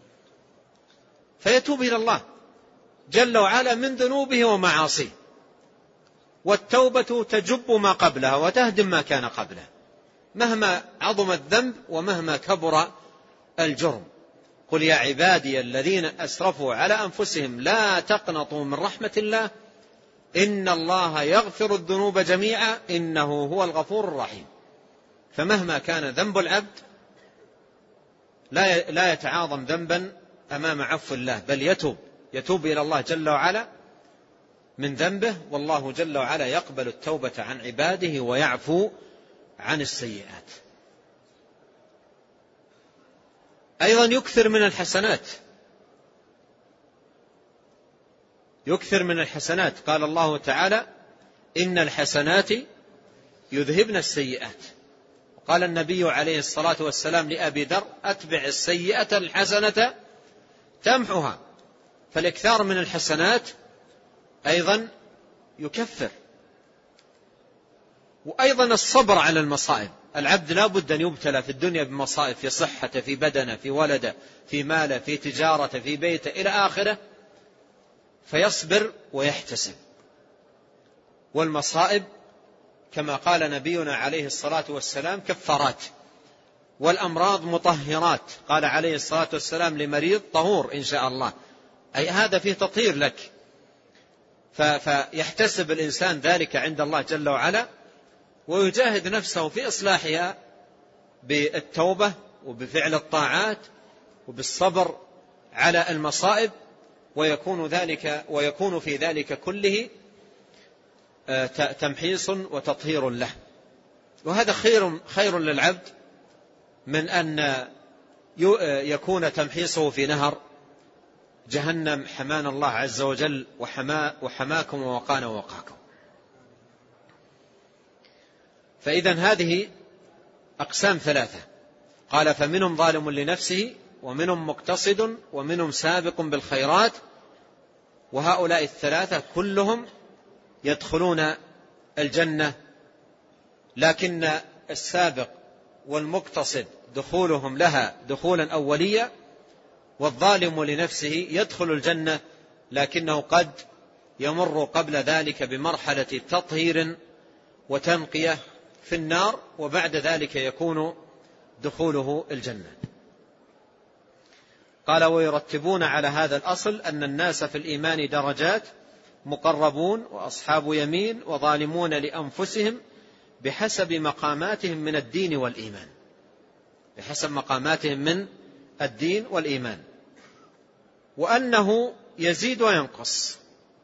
فيتوب إلى الله جل وعلا من ذنوبه ومعاصيه، والتوبة تجب ما قبلها وتهدم ما كان قبله، مهما عظم الذنب ومهما كبر الجرم. قل يا عبادي الذين أسرفوا على أنفسهم لا تقنطوا من رحمة الله إن الله يغفر الذنوب جميعا إنه هو الغفور الرحيم. فمهما كان ذنب العبد لا يتعاظم ذنبا أمام عفو الله، بل يتوب يتوب إلى الله جل وعلا من ذنبه، والله جل وعلا يقبل التوبة عن عباده ويعفو عن السيئات. أيضا يكثر من الحسنات، يكثر من الحسنات. قال الله تعالى إن الحسنات يذهبن السيئات. قال النبي عليه الصلاة والسلام لأبي ذر أتبع السيئة الحسنة تمحها. فالإكثار من الحسنات أيضا يكفر. وأيضا الصبر على المصائب، العبد لا بد أن يبتلى في الدنيا بمصائب، في صحته، في بدنه، في ولده، في ماله، في تجارته، في بيته إلى آخره، فيصبر ويحتسب. والمصائب كما قال نبينا عليه الصلاة والسلام كفارات، والأمراض مطهرات. قال عليه الصلاة والسلام لمريض طهور إن شاء الله، أي هذا فيه تطهير لك. فيحتسب الإنسان ذلك عند الله جل وعلا، ويجاهد نفسه في إصلاحها بالتوبة وبفعل الطاعات وبالصبر على المصائب، ويكون ذلك ويكون في ذلك كله تمحيص وتطهير له. وهذا خير خير للعبد من أن يكون تمحيصه في نهر جهنم، حمانا الله عز وجل وحما وحماكم ووقانا ووقاكم. فإذا هذه أقسام ثلاثة. قال فمنهم ظالم لنفسه ومنهم مقتصد ومنهم سابق بالخيرات. وهؤلاء الثلاثة كلهم يدخلون الجنة، لكن السابق والمقتصد دخولهم لها دخولا أوليا، والظالم لنفسه يدخل الجنة لكنه قد يمر قبل ذلك بمرحلة تطهير وتنقية في النار، وبعد ذلك يكون دخوله الجنة. قال ويرتبون على هذا الأصل أن الناس في الإيمان درجات، مقربون وأصحاب يمين وظالمون لأنفسهم بحسب مقاماتهم من الدين والإيمان، بحسب مقاماتهم من الدين والإيمان، وأنه يزيد وينقص،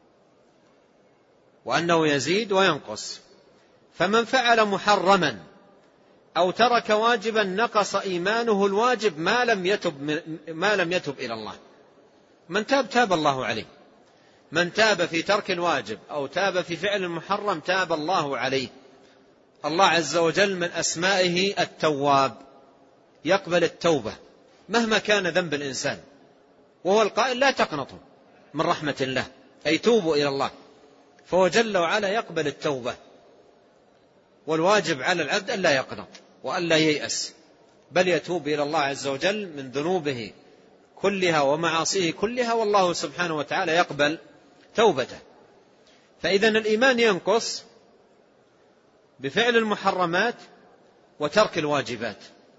وأنه يزيد وينقص. فمن فعل محرما أو ترك واجبا نقص إيمانه الواجب ما لم يتب, ما لم يتب إلى الله. من تاب تاب الله عليه، من تاب في ترك الواجب أو تاب في فعل المحرم تاب الله عليه. الله عز وجل من أسمائه التواب، يقبل التوبة مهما كان ذنب الإنسان، وهو القائل لا تقنطوا من رحمة الله، أي توبوا إلى الله. فهو جل وعلا يقبل التوبة، والواجب على العبد أن لا يقنط وأن لا ييأس، بل يتوب إلى الله عز وجل من ذنوبه كلها ومعاصيه كلها، والله سبحانه وتعالى يقبل توبته. فإذا الإيمان ينقص بفعل المحرمات وترك الواجبات،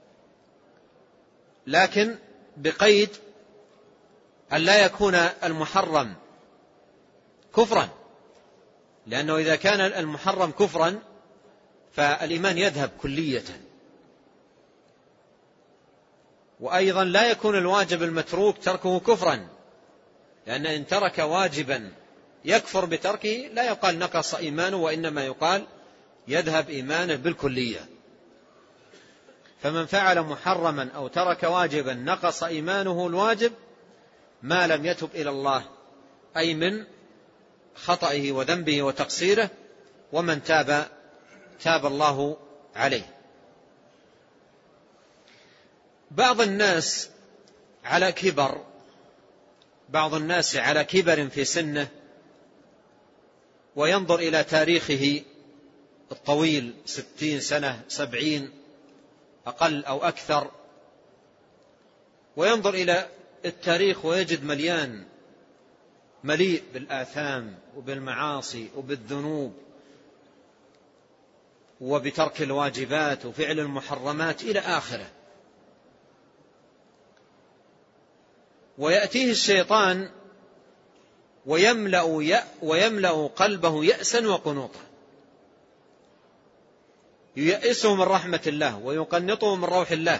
لكن بقيد أن لا يكون المحرم كفرا، لأنه إذا كان المحرم كفرا فالإيمان يذهب كلية. وأيضا لا يكون الواجب المتروك تركه كفرا، لأن إن ترك واجبا يكفر بتركه لا يقال نقص إيمانه، وإنما يقال يذهب إيمانه بالكلية. فمن فعل محرما أو ترك واجبا نقص إيمانه الواجب ما لم يتب إلى الله، أي من خطئه وذنبه وتقصيره. ومن تاب تاب الله عليه. بعض الناس على كبر بعض الناس على كبر في سنه، وينظر إلى تاريخه الطويل ستين سنة سبعين أقل أو أكثر، وينظر إلى التاريخ ويجد مليان مليء بالآثام وبالمعاصي وبالذنوب وبترك الواجبات وفعل المحرمات إلى آخره. ويأتيه الشيطان ويملأ, ويملأ قلبه يأسا وقنوطا، ييأسه من رحمة الله ويقنطه من روح الله،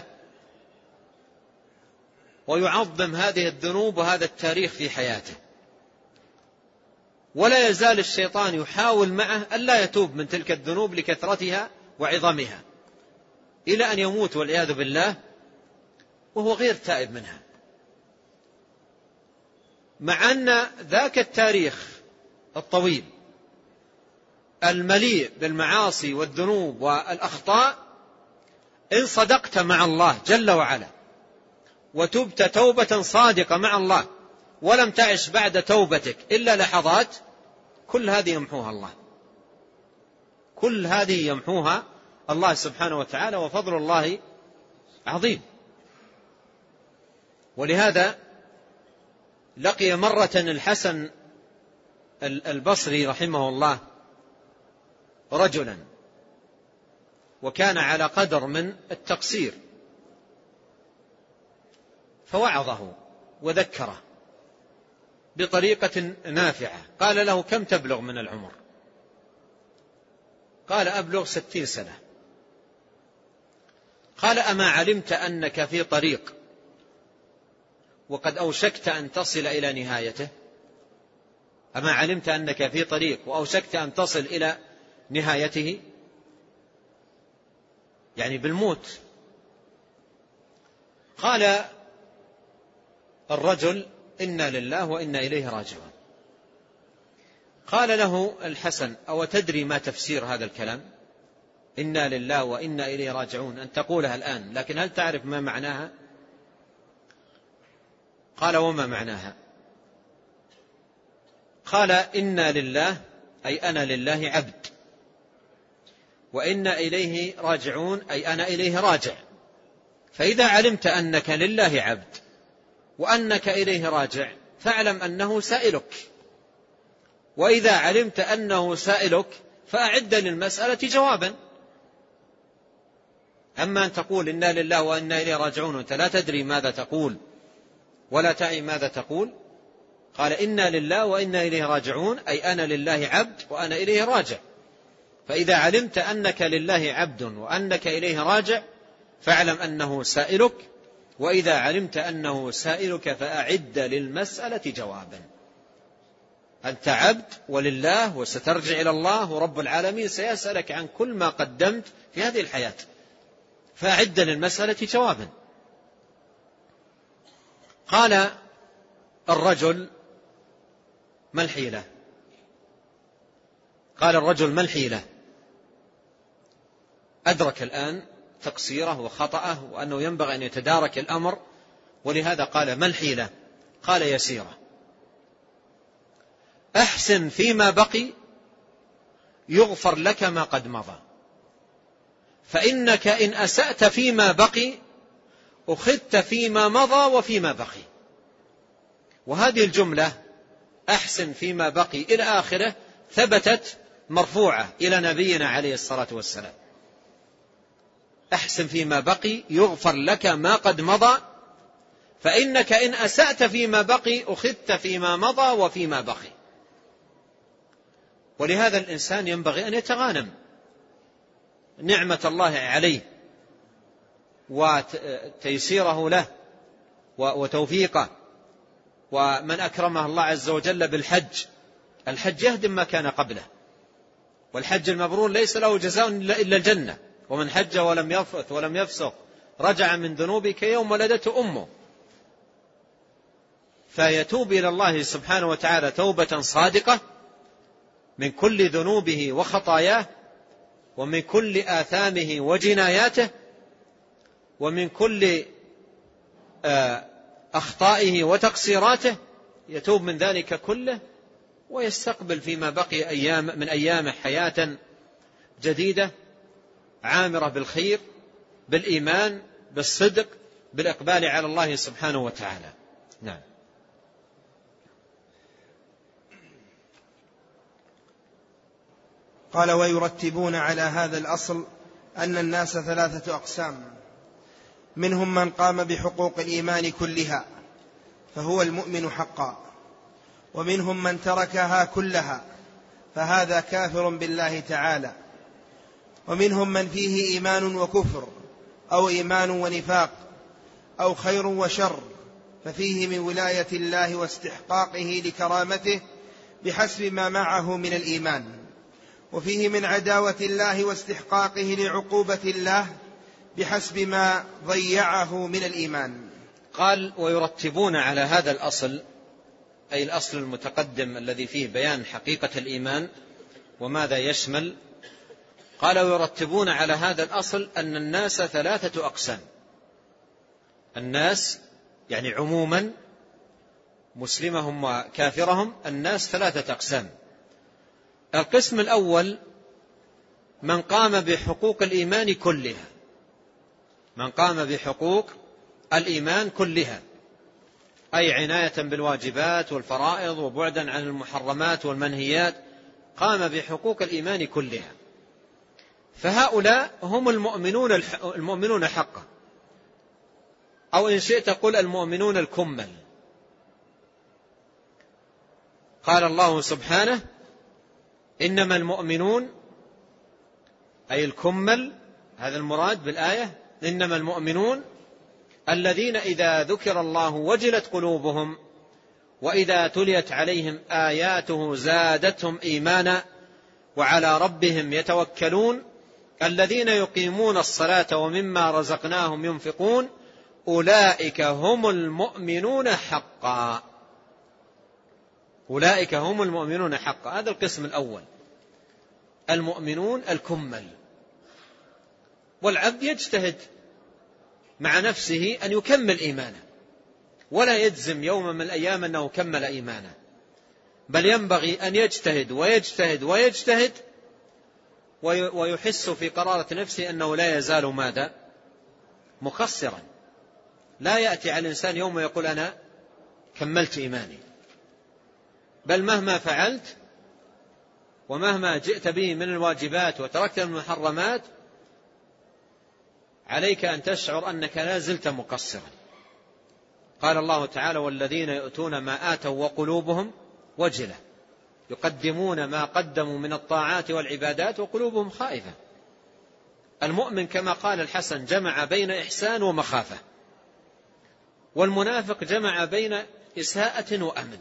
ويعظم هذه الذنوب وهذا التاريخ في حياته. ولا يزال الشيطان يحاول معه ألا يتوب من تلك الذنوب لكثرتها وعظمها، إلى أن يموت والعياذ بالله وهو غير تائب منها، مع أن ذاك التاريخ الطويل المليء بالمعاصي والذنوب والأخطاء إن صدقت مع الله جل وعلا وتبت توبة صادقة مع الله ولم تعش بعد توبتك إلا لحظات، كل هذه يمحوها الله، كل هذه يمحوها الله سبحانه وتعالى، وفضل الله عظيم. ولهذا لقي مرة الحسن البصري رحمه الله رجلا وكان على قدر من التقصير، فوعظه وذكره بطريقة نافعة. قال له: كم تبلغ من العمر؟ قال: أبلغ ستين سنة. قال: أما علمت أنك في طريق وقد أوشكت أن تصل إلى نهايته؟ أما علمت أنك في طريق وأوشكت أن تصل إلى نهايته، يعني بالموت. قال الرجل: إنا لله وإنا إليه راجعون. قال له الحسن: أو تدري ما تفسير هذا الكلام؟ إنا لله وإنا إليه راجعون، أن تقولها الآن، لكن هل تعرف ما معناها؟ قال: وما معناها؟ قال: إنا لله أي أنا لله عبد، وإنا إليه راجعون أي أنا إليه راجع. فإذا علمت أنك لله عبد وأنك إليه راجع فاعلم أنه سائلك، وإذا علمت أنه سائلك فأعد للمسألة جوابا. أما أن تقول إنا لله وإنا إليه راجعون وأنت لا تدري ماذا تقول ولا تعي ماذا تقول. قال: إنا لله وإنا إليه راجعون أي أنا لله عبد وأنا إليه راجع. فإذا علمت أنك لله عبد وأنك إليه راجع فاعلم أنه سائلك، وإذا علمت أنه سائلك فأعد للمسألة جوابا. أنت عبد ولله وسترجع إلى الله، ورب العالمين سيسألك عن كل ما قدمت في هذه الحياة، فأعد للمسألة جوابا. قال الرجل: ما الحيلة؟ قال الرجل: ما الحيلة؟ أدرك الآن تقصيره وخطأه وأنه ينبغي أن يتدارك الأمر، ولهذا قال: ما الحيلة؟ قال: يسيرة. أحسن فيما بقي يغفر لك ما قد مضى، فإنك إن أسأت فيما بقي أخذت فيما مضى وفيما بقي. وهذه الجملة أحسن فيما بقي إلى آخره ثبتت مرفوعة إلى نبينا عليه الصلاة والسلام. أحسن فيما بقي يغفر لك ما قد مضى، فإنك إن أسأت فيما بقي أخذت فيما مضى وفيما بقي. ولهذا الإنسان ينبغي أن يتغانم نعمة الله عليه وتيسيره له وتوفيقه. ومن أكرمه الله عز وجل بالحج، الحج يهدم ما كان قبله، والحج المبرور ليس له جزاء إلا الجنة. ومن حج ولم يفث ولم يفسق رجع من ذنوبه كيوم ولدته أمه. فيتوب إلى الله سبحانه وتعالى توبة صادقة من كل ذنوبه وخطاياه، ومن كل آثامه وجناياته، ومن كل أخطائه وتقصيراته، يتوب من ذلك كله ويستقبل فيما بقي أيام من أيام حياة جديدة عامرة بالخير، بالإيمان، بالصدق، بالإقبال على الله سبحانه وتعالى. نعم. قال: ويرتبون على هذا الأصل أن الناس ثلاثة أقسام: منهم من قام بحقوق الإيمان كلها فهو المؤمن حقا، ومنهم من تركها كلها فهذا كافر بالله تعالى، ومنهم من فيه إيمان وكفر أو إيمان ونفاق أو خير وشر، ففيه من ولاية الله واستحقاقه لكرامته بحسب ما معه من الإيمان، وفيه من عداوة الله واستحقاقه لعقوبة الله بحسب ما ضيعه من الإيمان. قال: ويرتبون على هذا الأصل، أي الأصل المتقدم الذي فيه بيان حقيقة الإيمان وماذا يشمل. قال: ويرتبون على هذا الأصل أن الناس ثلاثة أقسام. الناس يعني عموما مسلمهم وكافرهم، الناس ثلاثة أقسام. القسم الأول من قام بحقوق الإيمان كلها، من قام بحقوق الإيمان كلها، أي عناية بالواجبات والفرائض وبعدا عن المحرمات والمنهيات، قام بحقوق الإيمان كلها، فهؤلاء هم المؤمنون المؤمنون حقا، أو إن شئت قل المؤمنون الكمل. قال الله سبحانه: إنما المؤمنون، أي الكمل، هذا المراد بالآية، إنما المؤمنون الذين إذا ذكر الله وجلت قلوبهم وإذا تليت عليهم آياته زادتهم إيمانا وعلى ربهم يتوكلون الذين يقيمون الصلاة ومما رزقناهم ينفقون أولئك هم المؤمنون حقا. أولئك هم المؤمنون حقا، هذا القسم الأول، المؤمنون الكمل. والعبد يجتهد مع نفسه أن يكمل إيمانه، ولا يجزم يوما من الأيام أنه كمل إيمانه، بل ينبغي أن يجتهد ويجتهد ويجتهد ويحس في قرارة نفسه أنه لا يزال ماذا؟ مقصرا. لا يأتي على الإنسان يوم يقول أنا كملت إيماني، بل مهما فعلت ومهما جئت به من الواجبات وتركت من المحرمات عليك أن تشعر أنك لا زلت مقصرا. قال الله تعالى: والذين يؤتون ما آتوا وقلوبهم وجلة، يقدمون ما قدموا من الطاعات والعبادات وقلوبهم خائفة. المؤمن كما قال الحسن جمع بين إحسان ومخافة، والمنافق جمع بين إساءة وأمن.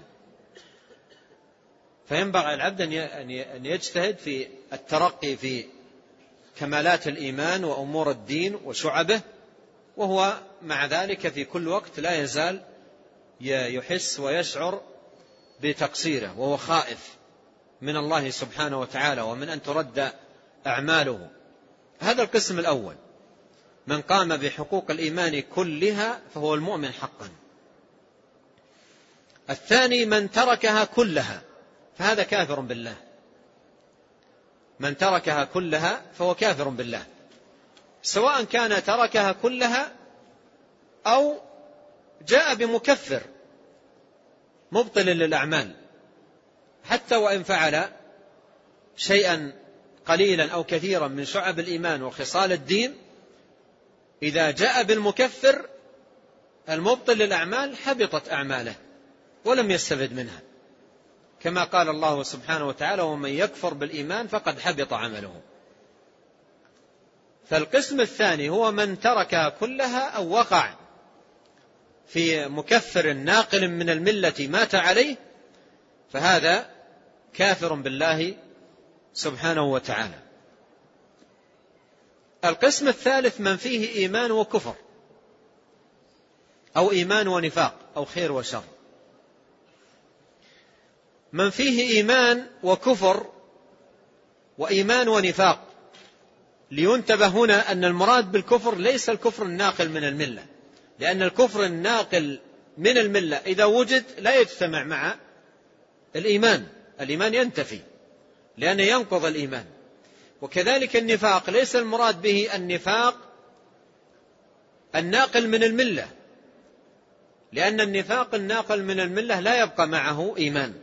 فينبغي العبد أن يجتهد في الترقي في كمالات الإيمان وأمور الدين وشعبه، وهو مع ذلك في كل وقت لا يزال يحس ويشعر بتقصيره، وهو خائف من الله سبحانه وتعالى ومن أن ترد أعماله. هذا القسم الأول، من قام بحقوق الإيمان كلها فهو المؤمن حقا. الثاني من تركها كلها فهذا كافر بالله. من تركها كلها فهو كافر بالله، سواء كان تركها كلها أو جاء بمكفر مبطل للأعمال، حتى وإن فعل شيئا قليلا أو كثيرا من شعب الإيمان وخصال الدين، إذا جاء بالمكفر المبطل للأعمال حبطت أعماله ولم يستفد منها، كما قال الله سبحانه وتعالى: ومن يكفر بالإيمان فقد حبط عمله. فالقسم الثاني هو من تركها كلها أو وقع في مكفر ناقل من الملة مات عليه، فهذا كافر بالله سبحانه وتعالى. القسم الثالث من فيه إيمان وكفر، أو إيمان ونفاق، أو خير وشر. من فيه إيمان وكفر وإيمان ونفاق، لينتبه هنا أن المراد بالكفر ليس الكفر الناقل من الملة، لأن الكفر الناقل من الملة إذا وجد لا يجتمع مع الإيمان، الإيمان ينتفي لأنه ينقض الإيمان. وكذلك النفاق ليس المراد به النفاق الناقل من الملة، لأن النفاق الناقل من الملة لا يبقى معه إيمان.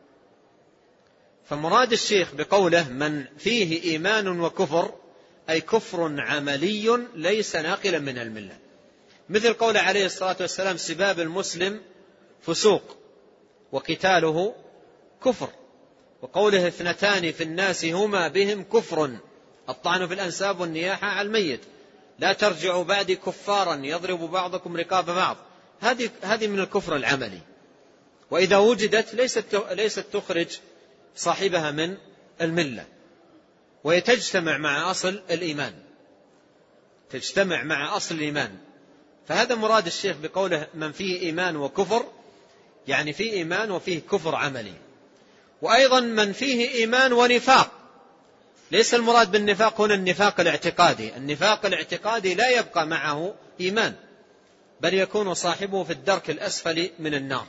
فمراد الشيخ بقوله من فيه إيمان وكفر أي كفر عملي ليس ناقلا من الملة، مثل قول عليه الصلاة والسلام: سباب المسلم فسوق وقتاله كفر. وقوله اثنتان في الناس هما بهم كفر، الطعن في الأنساب والنياحة على الميت، لا ترجعوا بعدي كفارا يضرب بعضكم رقاب بعض، هذه هذه من الكفر العملي، وإذا وجدت ليست ليست تخرج صاحبها من الملة، ويتجتمع مع أصل الإيمان، تجتمع مع أصل الإيمان. فهذا مراد الشيخ بقوله من فيه إيمان وكفر، يعني فيه إيمان وفيه كفر عملي. وأيضا من فيه إيمان ونفاق، ليس المراد بالنفاق هنا النفاق الاعتقادي، النفاق الاعتقادي لا يبقى معه إيمان، بل يكون صاحبه في الدرك الأسفل من النار.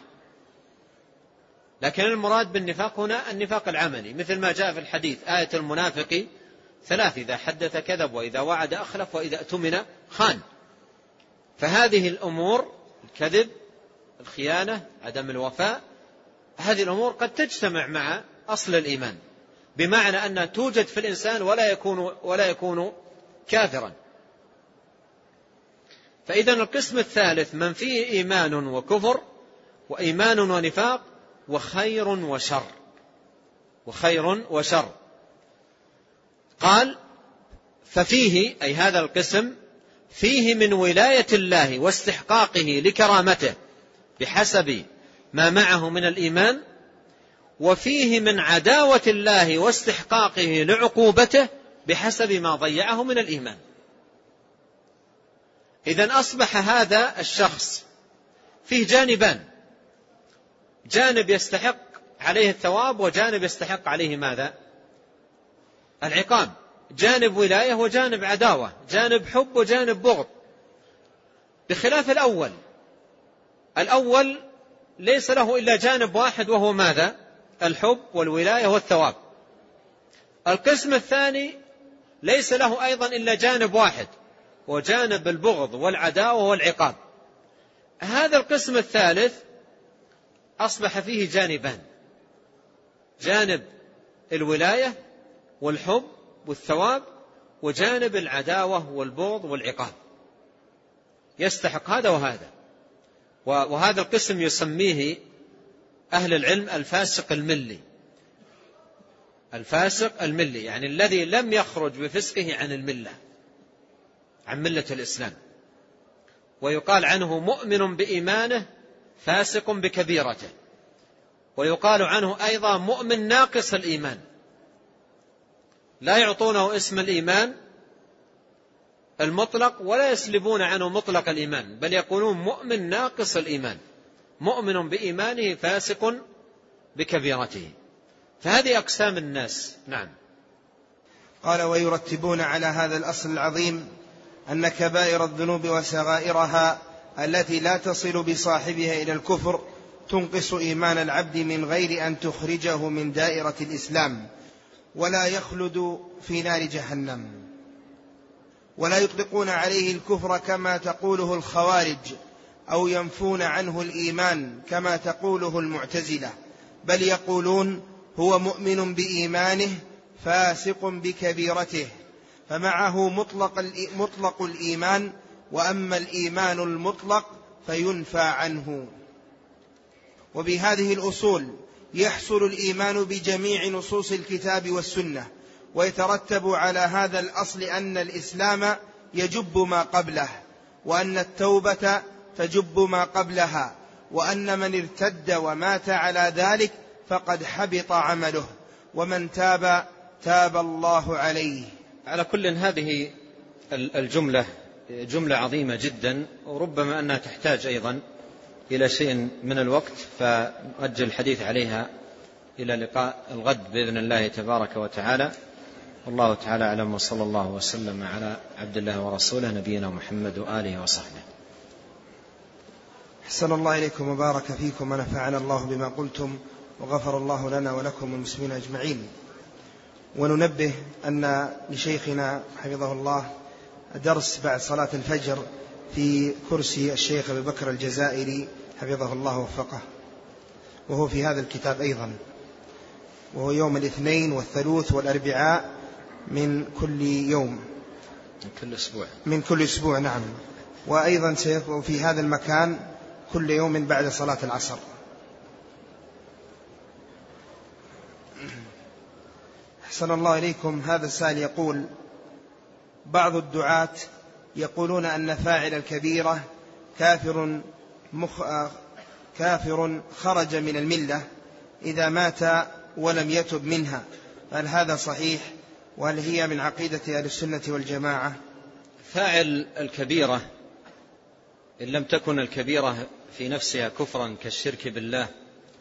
لكن المراد بالنفاق هنا النفاق العملي، مثل ما جاء في الحديث آية المنافق ثلاث: إذا حدث كذب، وإذا وعد أخلف، وإذا اؤتمن خان. فهذه الأمور، الكذب، الخيانة، عدم الوفاء، هذه الأمور قد تجتمع مع أصل الإيمان، بمعنى أنها توجد في الإنسان ولا يكون ولا يكون كافرا. فإذا القسم الثالث من فيه إيمان وكفر وإيمان ونفاق وخير وشر، وخير وشر. قال ففيه، أي هذا القسم، فيه من ولاية الله واستحقاقه لكرامته بحسب ما معه من الإيمان، وفيه من عداوة الله واستحقاقه لعقوبته بحسب ما ضيعه من الإيمان. إذن أصبح هذا الشخص فيه جانبان، جانب يستحق عليه الثواب وجانب يستحق عليه ماذا؟ العقاب، جانب ولاية وجانب عداوة، جانب حب وجانب بغض، بخلاف الأول. الأول ليس له إلا جانب واحد وهو ماذا؟ الحب والولاية والثواب. القسم الثاني ليس له أيضا إلا جانب واحد وجانب البغض والعداوة والعقاب. هذا القسم الثالث أصبح فيه جانبان، جانب الولاية والحب والثواب، وجانب العداوة والبغض والعقاب، يستحق هذا وهذا. وهذا القسم يسميه أهل العلم الفاسق الملي، الفاسق الملي يعني الذي لم يخرج بفسقه عن الملة، عن ملة الإسلام. ويقال عنه مؤمن بإيمانه فاسق بكبيرته، ويقال عنه أيضا مؤمن ناقص الإيمان، لا يعطونه اسم الإيمان المطلق ولا يسلبون عنه مطلق الإيمان، بل يقولون مؤمن ناقص الإيمان، مؤمن بإيمانه فاسق بكبيرته. فهذه أقسام الناس. نعم. قال ويرتبون على هذا الأصل العظيم أن كبائر الذنوب وصغائرها التي لا تصل بصاحبها إلى الكفر تنقص إيمان العبد من غير أن تخرجه من دائرة الإسلام، ولا يخلد في نار جهنم. ولا يطلقون عليه الكفر كما تقوله الخوارج، أو ينفون عنه الإيمان كما تقوله المعتزلة، بل يقولون هو مؤمن بإيمانه فاسق بكبيرته، فمعه مطلق, مطلق الإيمان، وأما الإيمان المطلق فينفى عنه. وبهذه الأصول يحصل الإيمان بجميع نصوص الكتاب والسنة، ويترتب على هذا الأصل أن الإسلام يجب ما قبله، وأن التوبة تجب ما قبلها، وأن من ارتد ومات على ذلك فقد حبط عمله، ومن تاب تاب الله عليه. على كل هذه الجملة جملة عظيمة جدا، وربما أنها تحتاج أيضا إلى شيء من الوقت، فأجل الحديث عليها إلى لقاء الغد بإذن الله تبارك وتعالى. والله تعالى أعلم، وصلى الله وسلم على عبد الله ورسوله نبينا محمد وآله وصحبه. أحسن الله إليكم وبارك فيكم ونفعنا الله بما قلتم، وغفر الله لنا ولكم والمسلمين أجمعين. وننبه أن لشيخنا حفظه الله درس بعد صلاة الفجر في كرسي الشيخ أبي بكر الجزائري حفظه الله وفقه، وهو في هذا الكتاب أيضا، وهو يوم الاثنين والثلاث والأربعاء من كل يوم، من كل أسبوع من كل أسبوع نعم. وأيضا في هذا المكان كل يوم بعد صلاة العصر. أحسن الله إليكم. هذا السائل يقول: بعض الدعاة يقولون أن فاعل الكبيرة كافر, مخ... كافر خرج من الملة إذا مات ولم يتب منها، هل هذا صحيح؟ وهل هي من عقيدة أهل السنة والجماعة؟ فاعل الكبيرة إن لم تكن الكبيرة في نفسها كفرا كالشرك بالله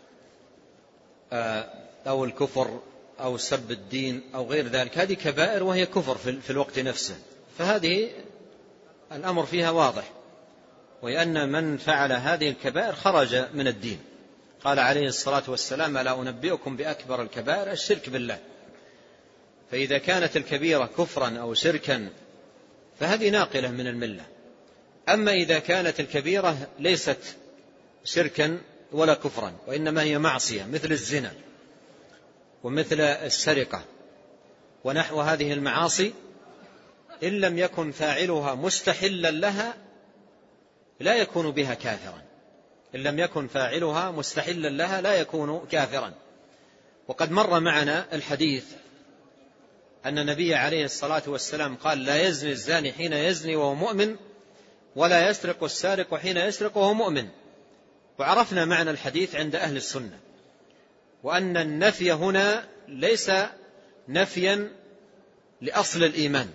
أو الكفر أو سب الدين أو غير ذلك، هذه كبائر وهي كفر في الوقت نفسه، فهذه الأمر فيها واضح، وأن من فعل هذه الكبائر خرج من الدين. قال عليه الصلاة والسلام: ألا أنبئكم بأكبر الكبائر؟ الشرك بالله. فإذا كانت الكبيرة كفرا أو شركا فهذه ناقلة من الملة. أما إذا كانت الكبيرة ليست شركا ولا كفرا وإنما هي معصية مثل الزنا ومثل السرقة ونحو هذه المعاصي، إن لم يكن فاعلها مستحلا لها لا يكون بها كافرا. إن لم يكن فاعلها مستحلا لها لا يكون كافرا. وقد مر معنا الحديث أن النبي عليه الصلاة والسلام قال: لا يزني الزاني حين يزني وهو مؤمن، ولا يسرق السارق حين يسرق وهو مؤمن. وعرفنا معنى الحديث عند أهل السنة، وأن النفي هنا ليس نفيا لأصل الإيمان،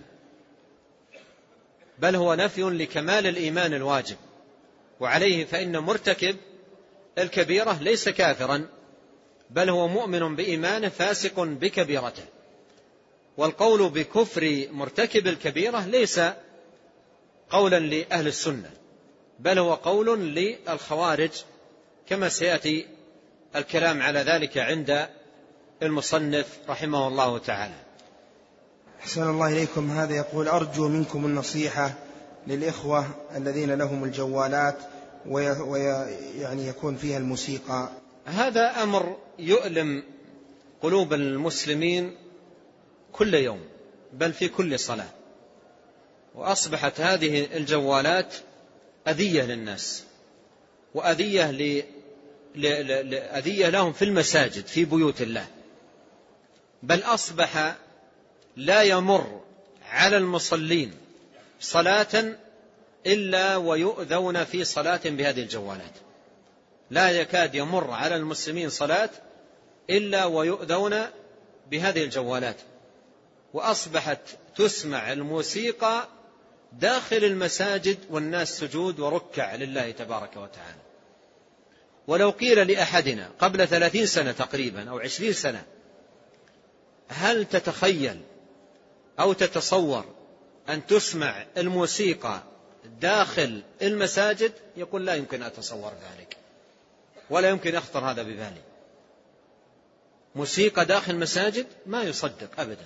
بل هو نفي لكمال الإيمان الواجب، وعليه فإن مرتكب الكبيرة ليس كافرا، بل هو مؤمن بإيمانه فاسق بكبيرته. والقول بكفر مرتكب الكبيرة ليس قولا لأهل السنة، بل هو قول للخوارج، كما سيأتي الكلام على ذلك عند المصنف رحمه الله تعالى. أحسن الله إليكم. هذا يقول: أرجو منكم النصيحة للإخوة الذين لهم الجوالات ويعني يكون فيها الموسيقى. هذا أمر يؤلم قلوب المسلمين كل يوم، بل في كل صلاة. وأصبحت هذه الجوالات أذية للناس، وأذية ل... ل... ل... أذية لهم في المساجد في بيوت الله، بل أصبح لا يمر على المصلين صلاة إلا ويؤذون في صلاة بهذه الجوالات. لا يكاد يمر على المسلمين صلاة إلا ويؤذون بهذه الجوالات. وأصبحت تسمع الموسيقى داخل المساجد والناس سجود وركع لله تبارك وتعالى. ولو قيل لأحدنا قبل ثلاثين سنة تقريبا أو عشرين سنة: هل تتخيل أو تتصور أن تسمع الموسيقى داخل المساجد؟ يقول: لا يمكن أتصور ذلك، ولا يمكن يخطر هذا ببالي. موسيقى داخل المساجد ما يصدق أبدا.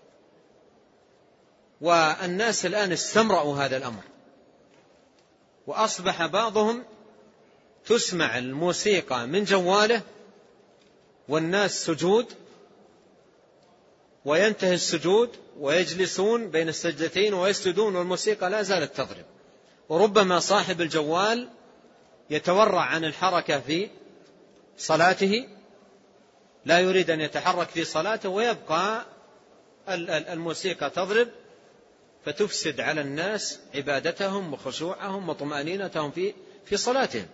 والناس الآن استمرأوا هذا الأمر، وأصبح بعضهم تسمع الموسيقى من جواله والناس سجود، وينتهي السجود ويجلسون بين السجدتين ويسجدون والموسيقى لا زالت تضرب. وربما صاحب الجوال يتورع عن الحركة في صلاته، لا يريد أن يتحرك في صلاته، ويبقى الموسيقى تضرب فتفسد على الناس عبادتهم وخشوعهم وطمأنينتهم في في صلاتهم.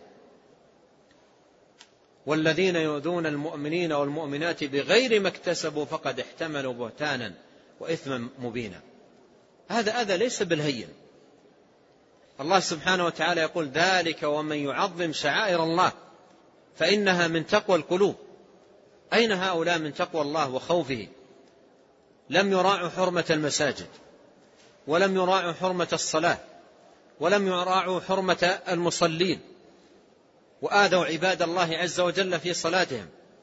والذين يؤذون المؤمنين والمؤمنات بغير ما اكتسبوا فقد احتملوا بهتانا وإثما مبينا. هذا أذى ليس بالهين. الله سبحانه وتعالى يقول: ذلك ومن يعظم شعائر الله فإنها من تقوى القلوب. أين هؤلاء من تقوى الله وخوفه؟ لم يراعوا حرمة المساجد، ولم يراعوا حرمة الصلاة، ولم يراعوا حرمة المصلين، وآذوا عباد الله عز وجل في صلاتهم.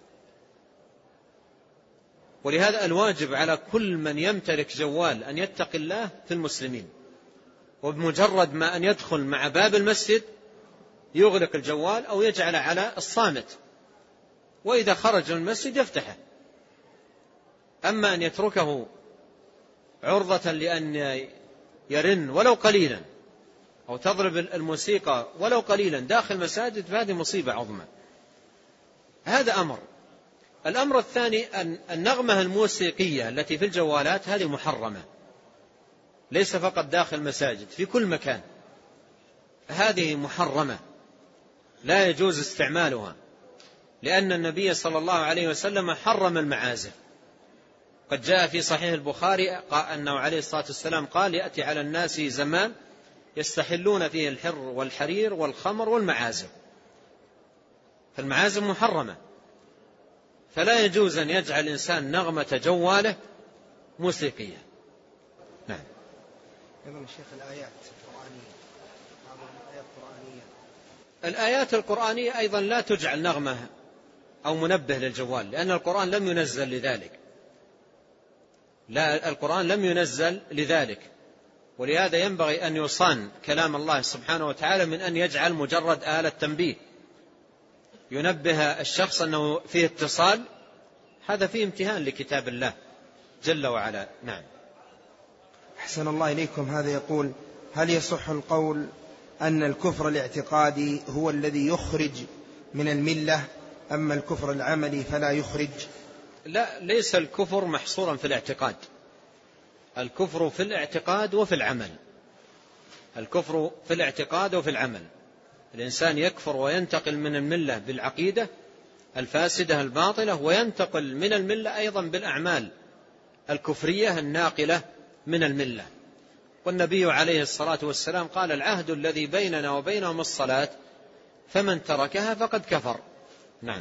ولهذا الواجب على كل من يمتلك جوال أن يتقي الله في المسلمين، وبمجرد ما أن يدخل مع باب المسجد يغلق الجوال أو يجعل على الصامت، وإذا خرج من المسجد يفتحه. أما أن يتركه عرضة لأن يرن ولو قليلا أو تضرب الموسيقى ولو قليلا داخل مساجد، فهذه مصيبة عظمى. هذا أمر. الأمر الثاني أن النغمة الموسيقية التي في الجوالات هذه محرمة، ليس فقط داخل مساجد، في كل مكان، هذه محرمة لا يجوز استعمالها، لأن النبي صلى الله عليه وسلم حرم المعازف. قد جاء في صحيح البخاري أنه عليه الصلاة والسلام قال: يأتي على الناس زمان يستحلون فيه الحر والحرير والخمر والمعازف. فالمعازف محرمة، فلا يجوز أن يجعل الإنسان نغمة جواله موسيقية. نعم. أيضا الشيخ الآيات القرآنية، بعض الآيات القرآنية الآيات القرآنية أيضا لا تجعل نغمة أو منبه للجوال، لأن القرآن لم ينزل لذلك. لا، القرآن لم ينزل لذلك، ولهذا ينبغي أن يصان كلام الله سبحانه وتعالى من أن يجعل مجرد آلة تنبيه ينبه الشخص أنه فيه اتصال، هذا فيه امتهان لكتاب الله جل وعلا. نعم. أحسن الله إليكم. هذا يقول: هل يصح القول أن الكفر الاعتقادي هو الذي يخرج من الملة، أما الكفر العملي فلا يخرج؟ لا، ليس الكفر محصورا في الاعتقاد، الكفر في الاعتقاد وفي العمل. الكفر في الاعتقاد وفي العمل. الإنسان يكفر وينتقل من الملة بالعقيدة الفاسدة الباطلة، وينتقل من الملة أيضا بالأعمال الكفرية الناقلة من الملة. والنبي عليه الصلاة والسلام قال: العهد الذي بيننا وبينهم الصلاة، فمن تركها فقد كفر. نعم.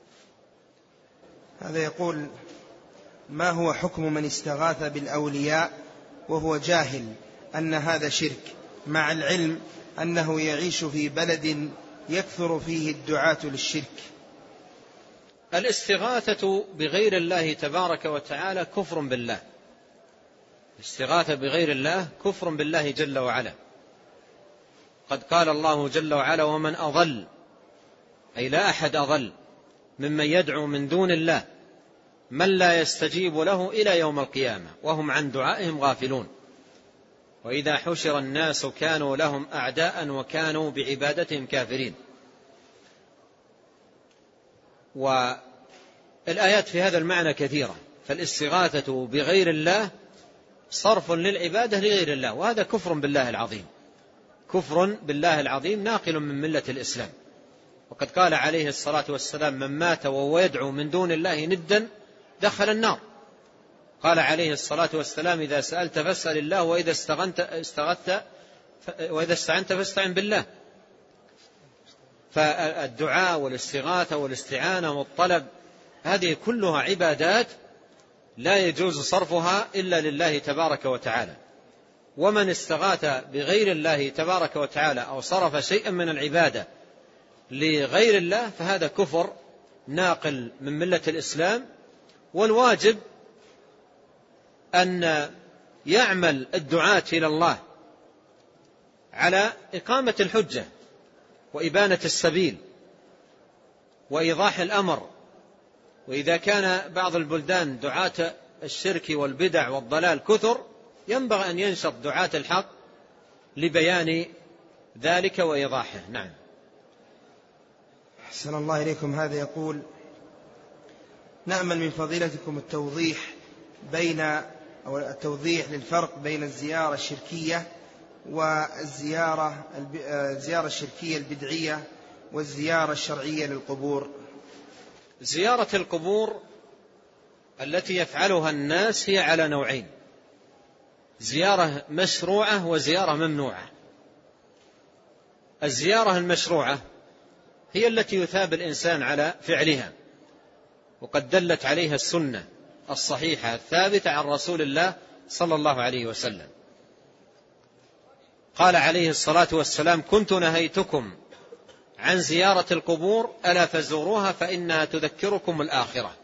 هذا يقول: ما هو حكم من استغاث بالأولياء وهو جاهل أن هذا شرك، مع العلم أنه يعيش في بلد يكثر فيه الدعاة للشرك؟ الاستغاثة بغير الله تبارك وتعالى كفر بالله. الاستغاثة بغير الله كفر بالله جل وعلا. قد قال الله جل وعلا: ومن أضل، أي لا أحد أضل ممن يدعو من دون الله من لا يستجيب له إلى يوم القيامة وهم عن دعائهم غافلون، وإذا حشر الناس كانوا لهم أعداء وكانوا بعبادتهم كافرين. والآيات في هذا المعنى كثيرة. فالاستغاثة بغير الله صرف للعبادة لغير الله، وهذا كفر بالله العظيم، كفر بالله العظيم ناقل من ملة الإسلام. وقد قال عليه الصلاة والسلام: من مات وهو يدعو من دون الله ندا دخل النار. قال عليه الصلاة والسلام: إذا سألت فاسأل الله، وإذا استغنت استغثت وإذا استعنت فاستعن بالله. فالدعاء والاستغاثة والاستعانة والطلب هذه كلها عبادات لا يجوز صرفها إلا لله تبارك وتعالى. ومن استغاث بغير الله تبارك وتعالى أو صرف شيئا من العبادة لغير الله فهذا كفر ناقل من ملة الإسلام. والواجب أن يعمل الدعاة إلى الله على إقامة الحجة وإبانة السبيل وإيضاح الأمر. وإذا كان بعض البلدان دعاة الشرك والبدع والضلال كثر، ينبغي أن ينشط دعاة الحق لبيان ذلك وإيضاحه. نعم. أحسن الله إليكم. هذا يقول: نأمل من فضيلتكم التوضيح بين أو التوضيح للفرق بين الزيارة الشركية والزيارة الزيارة الشركية البدعية والزيارة الشرعية للقبور. زيارة القبور التي يفعلها الناس هي على نوعين: زيارة مشروعة وزيارة ممنوعة. الزيارة المشروعة هي التي يثاب الإنسان على فعلها، وقد دلت عليها السنة الصحيحة الثابتة عن رسول الله صلى الله عليه وسلم. قال عليه الصلاة والسلام: كنت نهيتكم عن زيارة القبور ألا فزوروها فإنها تذكركم الآخرة.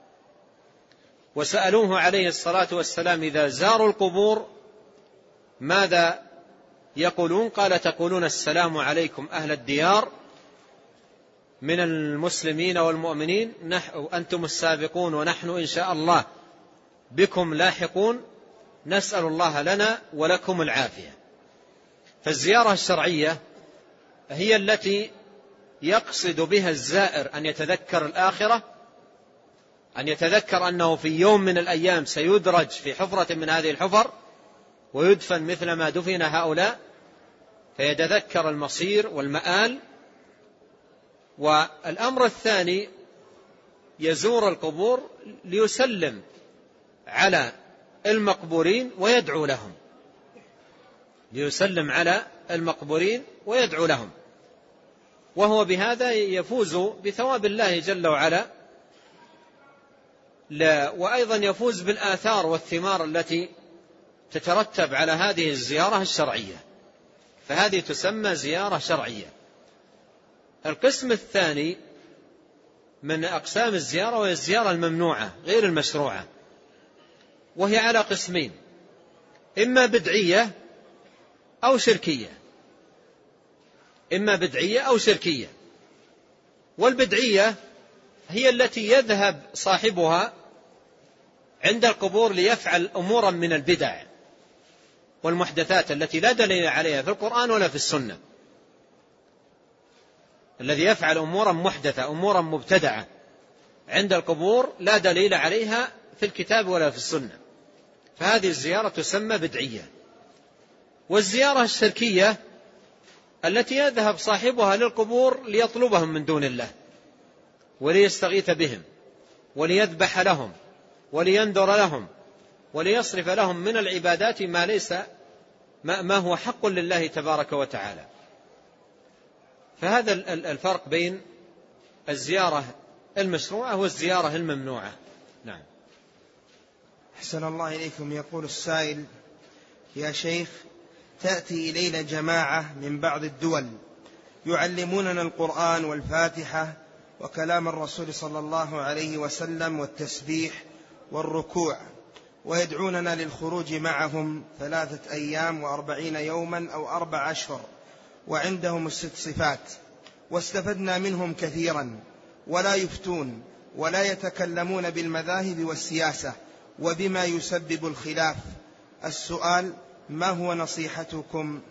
وسألوه عليه الصلاة والسلام: إذا زاروا القبور ماذا يقولون؟ قال: تقولون السلام عليكم أهل الديار من المسلمين والمؤمنين، أنتم السابقون ونحن إن شاء الله بكم لاحقون، نسأل الله لنا ولكم العافية. فالزيارة الشرعية هي التي يقصد بها الزائر أن يتذكر الآخرة، أن يتذكر أنه في يوم من الأيام سيدرج في حفرة من هذه الحفر ويدفن مثل ما دفن هؤلاء، فيتذكر المصير والمآل. والأمر الثاني يزور القبور ليسلم على المقبورين ويدعو لهم، ليسلم على المقبورين ويدعو لهم، وهو بهذا يفوز بثواب الله جل وعلا، لا وأيضا يفوز بالآثار والثمار التي تترتب على هذه الزيارة الشرعية، فهذه تسمى زيارة شرعية. القسم الثاني من أقسام الزيارة وهي الزيارة الممنوعة غير المشروعة، وهي على قسمين: إما بدعية أو شركية، إما بدعية أو شركية. والبدعية هي التي يذهب صاحبها عند القبور ليفعل أمورا من البدع والمحدثات التي لا دليل عليها في القرآن ولا في السنة. الذي يفعل أمورا محدثة، أمورا مبتدعة عند القبور لا دليل عليها في الكتاب ولا في السنة، فهذه الزيارة تسمى بدعية. والزيارة الشركية التي يذهب صاحبها للقبور ليطلبهم من دون الله وليستغيث بهم وليذبح لهم ولينذر لهم وليصرف لهم من العبادات ما ليس ما هو حق لله تبارك وتعالى. فهذا الفرق بين الزيارة المشروعة والزيارة الممنوعة. نعم. أحسن الله إليكم. يقول السائل: يا شيخ، تأتي إلينا جماعة من بعض الدول يعلموننا القرآن والفاتحة وكلام الرسول صلى الله عليه وسلم والتسبيح والركوع، ويدعوننا للخروج معهم ثلاثة أيام وأربعين يوما أو أربع أشهر، وعندهم الست صفات، واستفدنا منهم كثيرا، ولا يفتون ولا يتكلمون بالمذاهب والسياسة وبما يسبب الخلاف. السؤال: ما هو نصيحتكم؟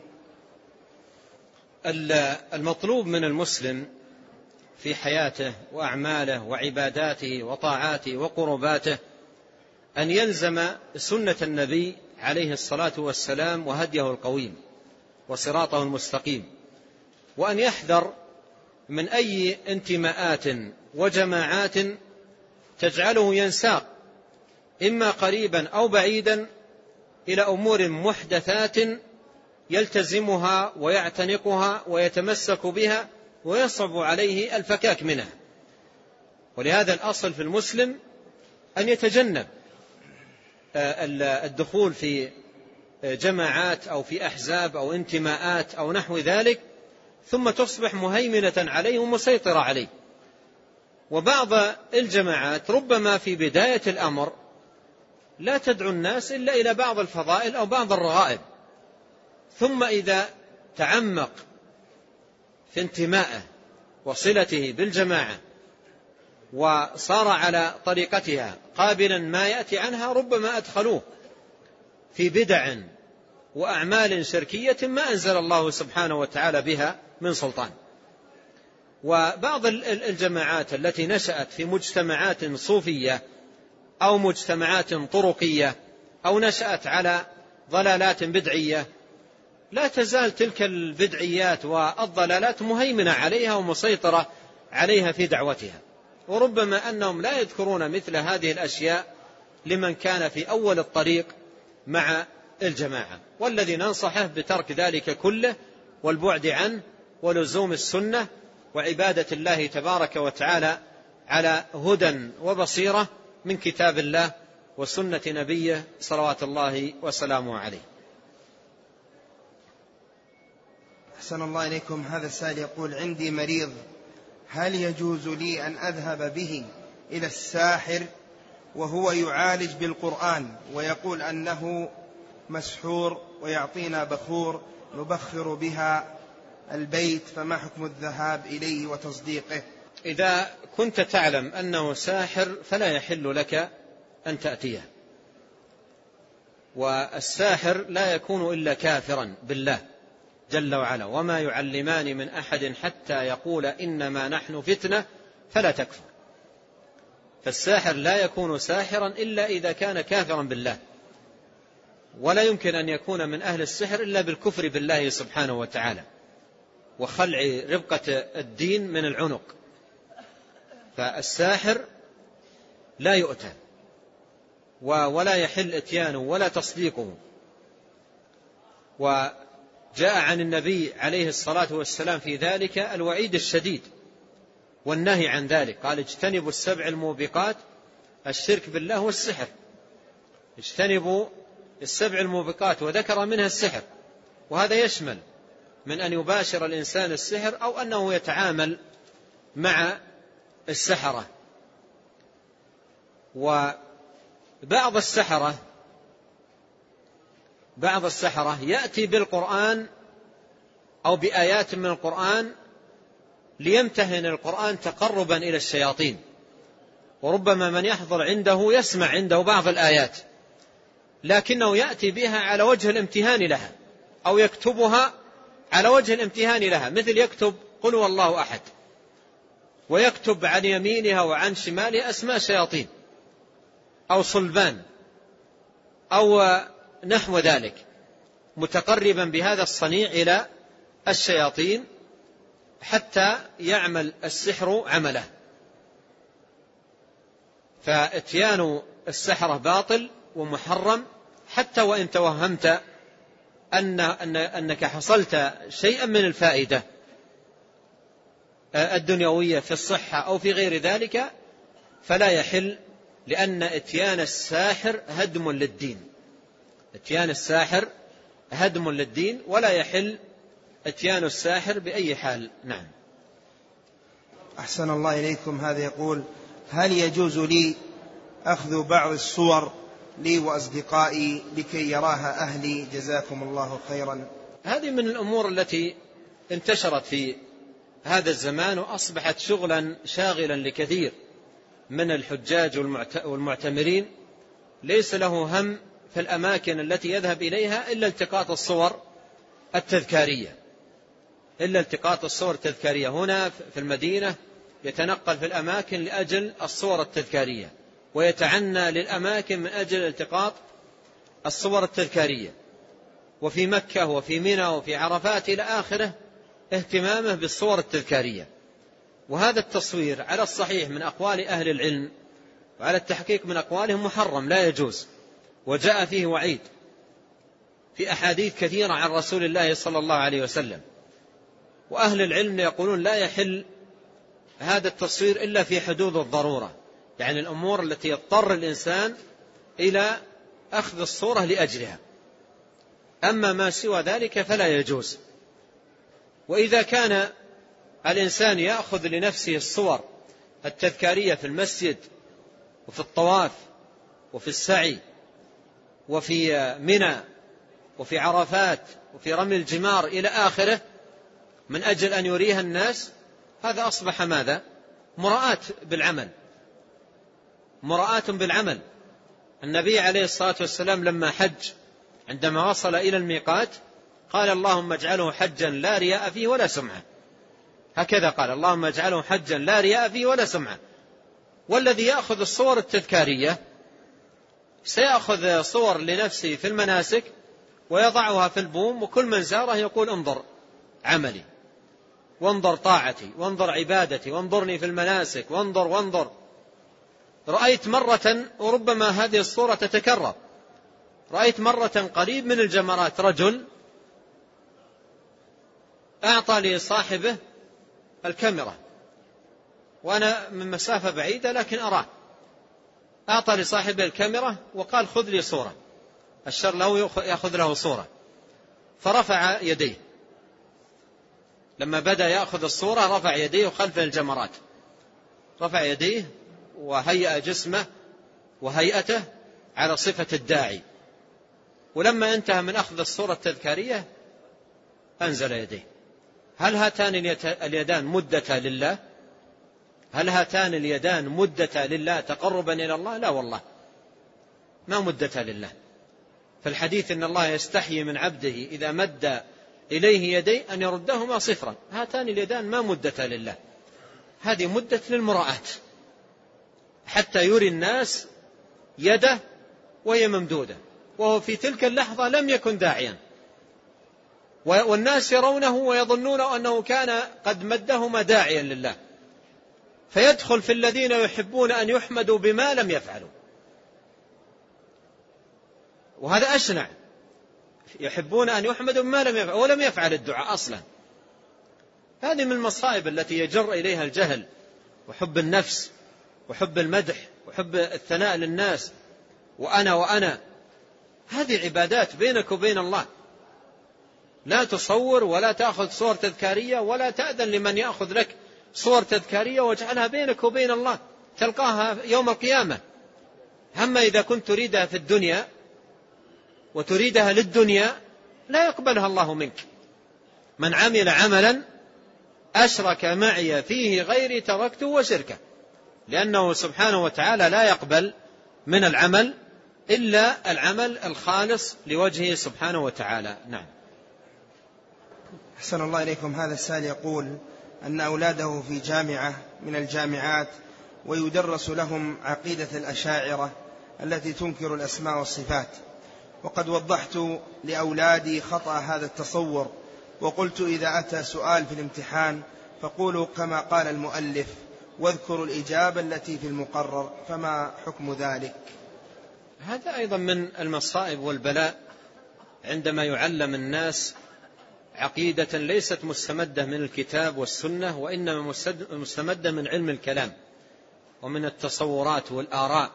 المطلوب من المسلم في حياته وأعماله وعباداته وطاعاته وقرباته أن يلزم سنة النبي عليه الصلاة والسلام وهديه القويم وصراطه المستقيم، وأن يحذر من أي انتماءات وجماعات تجعله ينساق إما قريبا أو بعيدا إلى أمور محدثات يلتزمها ويعتنقها ويتمسك بها ويصعب عليه الفكاك منها. ولهذا الأصل في المسلم أن يتجنب الدخول في جماعات أو في أحزاب أو انتماءات أو نحو ذلك، ثم تصبح مهيمنة عليه ومسيطرة عليه. وبعض الجماعات ربما في بداية الأمر لا تدعو الناس إلا إلى بعض الفضائل أو بعض الرغائب، ثم إذا تعمق في انتمائه وصلته بالجماعة وصار على طريقتها قابلا ما يأتي عنها، ربما أدخلوه في بدع وأعمال شركية ما أنزل الله سبحانه وتعالى بها من سلطان. وبعض الجماعات التي نشأت في مجتمعات صوفية أو مجتمعات طرقية أو نشأت على ضلالات بدعية، لا تزال تلك البدعيات والضلالات مهيمنة عليها ومسيطرة عليها في دعوتها، وربما أنهم لا يذكرون مثل هذه الأشياء لمن كان في أول الطريق مع الجماعة. والذي ننصحه بترك ذلك كله والبعد عنه ولزوم السنة وعبادة الله تبارك وتعالى على هدى وبصيرة من كتاب الله وسنة نبيه صلوات الله وسلامه عليه. أحسن الله إليكم. هذا السائل يقول: عندي مريض، هل يجوز لي أن أذهب به إلى الساحر وهو يعالج بالقرآن ويقول أنه مسحور ويعطينا بخور نبخر بها البيت، فما حكم الذهاب إليه وتصديقه؟ إذا كنت تعلم أنه ساحر فلا يحل لك أن تأتيه، والساحر لا يكون إلا كافرا بالله جل وعلا: وما يعلمان من أحد حتى يقول إنما نحن فتنة فلا تكفر. فالساحر لا يكون ساحرا إلا إذا كان كافرا بالله، ولا يمكن أن يكون من أهل السحر إلا بالكفر بالله سبحانه وتعالى وخلع ربقة الدين من العنق. فالساحر لا يؤتى ولا يحل اتيانه ولا تصديقه. وجاء عن النبي عليه الصلاة والسلام في ذلك الوعيد الشديد والنهي عن ذلك، قال: اجتنبوا السبع الموبقات، الشرك بالله والسحر. اجتنبوا السبع الموبقات، وذكر منها السحر، وهذا يشمل من أن يباشر الإنسان السحر أو أنه يتعامل مع السحرة. وبعض السحرة بعض السحرة يأتي بالقرآن أو بآيات من القرآن ليمتهن القرآن تقربا إلى الشياطين، وربما من يحضر عنده يسمع عنده بعض الآيات، لكنه يأتي بها على وجه الامتهان لها، أو يكتبها على وجه الامتهان لها، مثل يكتب قل هو الله أحد، ويكتب عن يمينها وعن شمالها أسماء شياطين أو صلبان أو نحو ذلك، متقربا بهذا الصنيع إلى الشياطين حتى يعمل السحر عمله. فاتيان السحرة باطل ومحرم، حتى وإن توهمت أن أنك حصلت شيئا من الفائدة الدنيوية في الصحة أو في غير ذلك، فلا يحل، لأن اتيان الساحر هدم للدين. اتيان الساحر هدم للدين، ولا يحل اتيان الساحر بأي حال. نعم. أحسن الله إليكم. هذا يقول: هل يجوز لي أخذ بعض الصور لي وأصدقائي لكي يراها أهلي؟ جزاكم الله خيرا. هذه من الأمور التي انتشرت في هذا الزمان، وأصبحت شغلا شاغلا لكثير من الحجاج والمعتمرين، ليس له هم في الأماكن التي يذهب إليها إلا التقاط الصور التذكارية إلا التقاط الصور التذكارية. هنا في المدينة يتنقل في الأماكن لأجل الصور التذكارية، ويتعنى للأماكن من أجل التقاط الصور التذكارية، وفي مكة وفي منى وفي عرفات إلى آخره اهتمامه بالصور التذكارية. وهذا التصوير على الصحيح من أقوال أهل العلم وعلى التحقيق من أقوالهم محرم، لا يجوز، وجاء فيه وعيد في أحاديث كثيرة عن رسول الله صلى الله عليه وسلم. وأهل العلم يقولون لا يحل هذا التصوير إلا في حدود الضرورة، يعني الأمور التي يضطر الإنسان إلى أخذ الصورة لأجلها، أما ما سوى ذلك فلا يجوز. وإذا كان الإنسان يأخذ لنفسه الصور التذكارية في المسجد وفي الطواف وفي السعي وفي منى وفي عرفات وفي رمي الجمار إلى آخره من أجل أن يريها الناس، هذا أصبح ماذا؟ مراءة بالعمل مراءة بالعمل. النبي عليه الصلاة والسلام لما حج عندما وصل إلى الميقات قال: اللهم اجعله حجا لا رياء فيه ولا سمعة. هكذا قال: اللهم اجعله حجا لا رياء فيه ولا سمعة. والذي يأخذ الصور التذكارية سيأخذ صور لنفسه في المناسك ويضعها في البوم، وكل من زاره يقول: انظر عملي، وانظر طاعتي، وانظر عبادتي، وانظرني في المناسك، وانظر وانظر. رأيت مرة، وربما هذه الصورة تتكرر، رأيت مرة قريب من الجمرات رجل أعطى لصاحبه الكاميرا، وأنا من مسافة بعيدة لكن أراه، أعطى لصاحبه الكاميرا وقال: خذ لي صورة، الشر له يأخذ له صورة، فرفع يديه. لما بدأ يأخذ الصورة رفع يديه خلف الجمرات، رفع يديه وهيأ جسمه وهيئته على صفة الداعي. ولما انتهى من أخذ الصورة التذكارية أنزل يديه. هل هاتان اليدان مدتا لله؟ هل هاتان اليدان مدتا لله تقربا إلى الله؟ لا والله، ما مدتا لله. فالحديث إن الله يستحيي من عبده إذا مد إليه يدي أن يردهما صفرا. هاتان اليدان ما مدتا لله، هذه مدة للمراءة، حتى يري الناس يده وهي ممدودة، وهو في تلك اللحظة لم يكن داعيا، والناس يرونه ويظنون أنه كان قد مدهما داعيا لله، فيدخل في الذين يحبون أن يحمدوا بما لم يفعلوا. وهذا أشنع، يحبون أن يحمدوا بما لم يفعلوا ولم يفعل الدعاء أصلا. هذه من المصائب التي يجر إليها الجهل وحب النفس وحب المدح وحب الثناء للناس، وأنا وأنا. هذه عبادات بينك وبين الله، لا تصور ولا تأخذ صور تذكارية ولا تأذن لمن يأخذ لك صور تذكارية واجعلها بينك وبين الله، تلقاها يوم القيامة. أما إذا كنت تريدها في الدنيا وتريدها للدنيا لا يقبلها الله منك. من عمل عملا أشرك معي فيه غيري تركته وشركه، لأنه سبحانه وتعالى لا يقبل من العمل إلا العمل الخالص لوجهه سبحانه وتعالى. نعم. أحسن الله إليكم. هذا السائل يقول أن أولاده في جامعة من الجامعات ويدرس لهم عقيدة الأشاعرة التي تنكر الأسماء والصفات، وقد وضحت لأولادي خطأ هذا التصور، وقلت إذا أتى سؤال في الامتحان فقولوا كما قال المؤلف واذكروا الإجابة التي في المقرر، فما حكم ذلك؟ هذا أيضا من المصائب والبلاء عندما يعلم الناس عقيدة ليست مستمدة من الكتاب والسنة، وإنما مستمدة من علم الكلام ومن التصورات والآراء.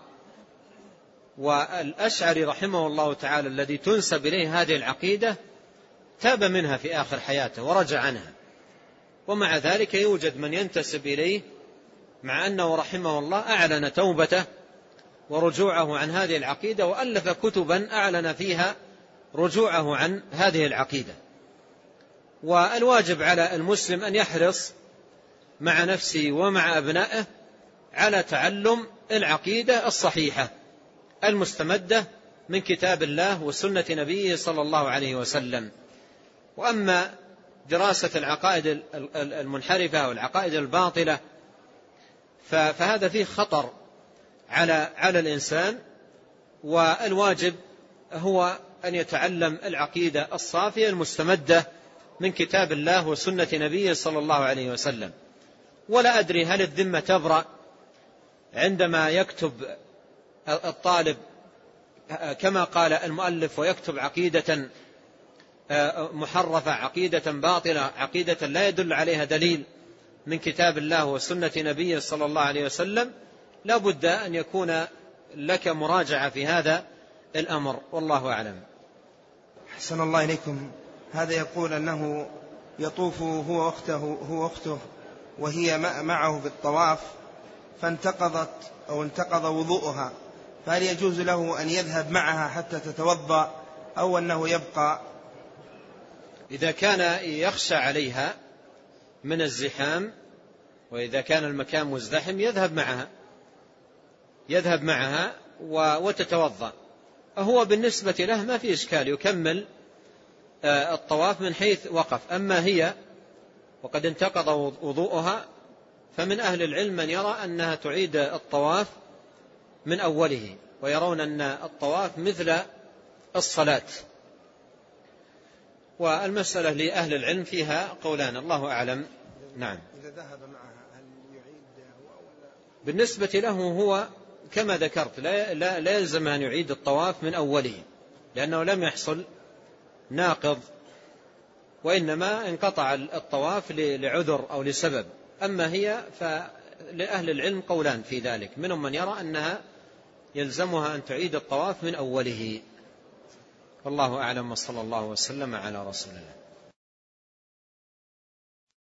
والأشعري رحمه الله تعالى الذي تنسب إليه هذه العقيدة تاب منها في آخر حياته ورجع عنها، ومع ذلك يوجد من ينتسب إليه مع أنه رحمه الله أعلن توبته ورجوعه عن هذه العقيدة، وألف كتبا أعلن فيها رجوعه عن هذه العقيدة. والواجب على المسلم أن يحرص مع نفسه ومع أبنائه على تعلم العقيدة الصحيحة المستمدة من كتاب الله وسنة نبيه صلى الله عليه وسلم. وأما دراسة العقائد المنحرفة والعقائد الباطلة فهذا فيه خطر على على الإنسان، والواجب هو أن يتعلم العقيدة الصافية المستمدة من كتاب الله وسنة نبيه صلى الله عليه وسلم. ولا أدري هل الذمة تبرأ عندما يكتب الطالب كما قال المؤلف ويكتب عقيدة محرفة، عقيدة باطلة، عقيدة لا يدل عليها دليل من كتاب الله وسنة نبيه صلى الله عليه وسلم. لا بد أن يكون لك مراجعة في هذا الأمر، والله أعلم. أحسن الله إليكم. هذا يقول أنه يطوف هو أخته, هو أخته وهي معه في الطواف، فانتقضت أو انتقض وضوءها، فهل يجوز له أن يذهب معها حتى تتوضأ أو أنه يبقى؟ إذا كان يخشى عليها من الزحام وإذا كان المكان مزدحم يذهب معها يذهب معها وتتوضأ. هو بالنسبة له ما في إشكال، يكمل الطواف من حيث وقف. أما هي وقد انتقض وضوءها فمن أهل العلم من يرى أنها تعيد الطواف من أوله، ويرون أن الطواف مثل الصلاة. والمسألة لأهل العلم فيها قولان، الله أعلم. نعم. إذا ذهب معها هل يعيد هو ولا؟ بالنسبة له هو كما ذكرت لا, لا, لا يلزم أن يعيد الطواف من أوله، لأنه لم يحصل ناقض، وإنما انقطع الطواف لعذر أو لسبب. أما هي فلأهل العلم قولان في ذلك، منهم من يرى أنها يلزمها أن تعيد الطواف من أوله، والله أعلم، وصلى الله وسلم على رسول الله.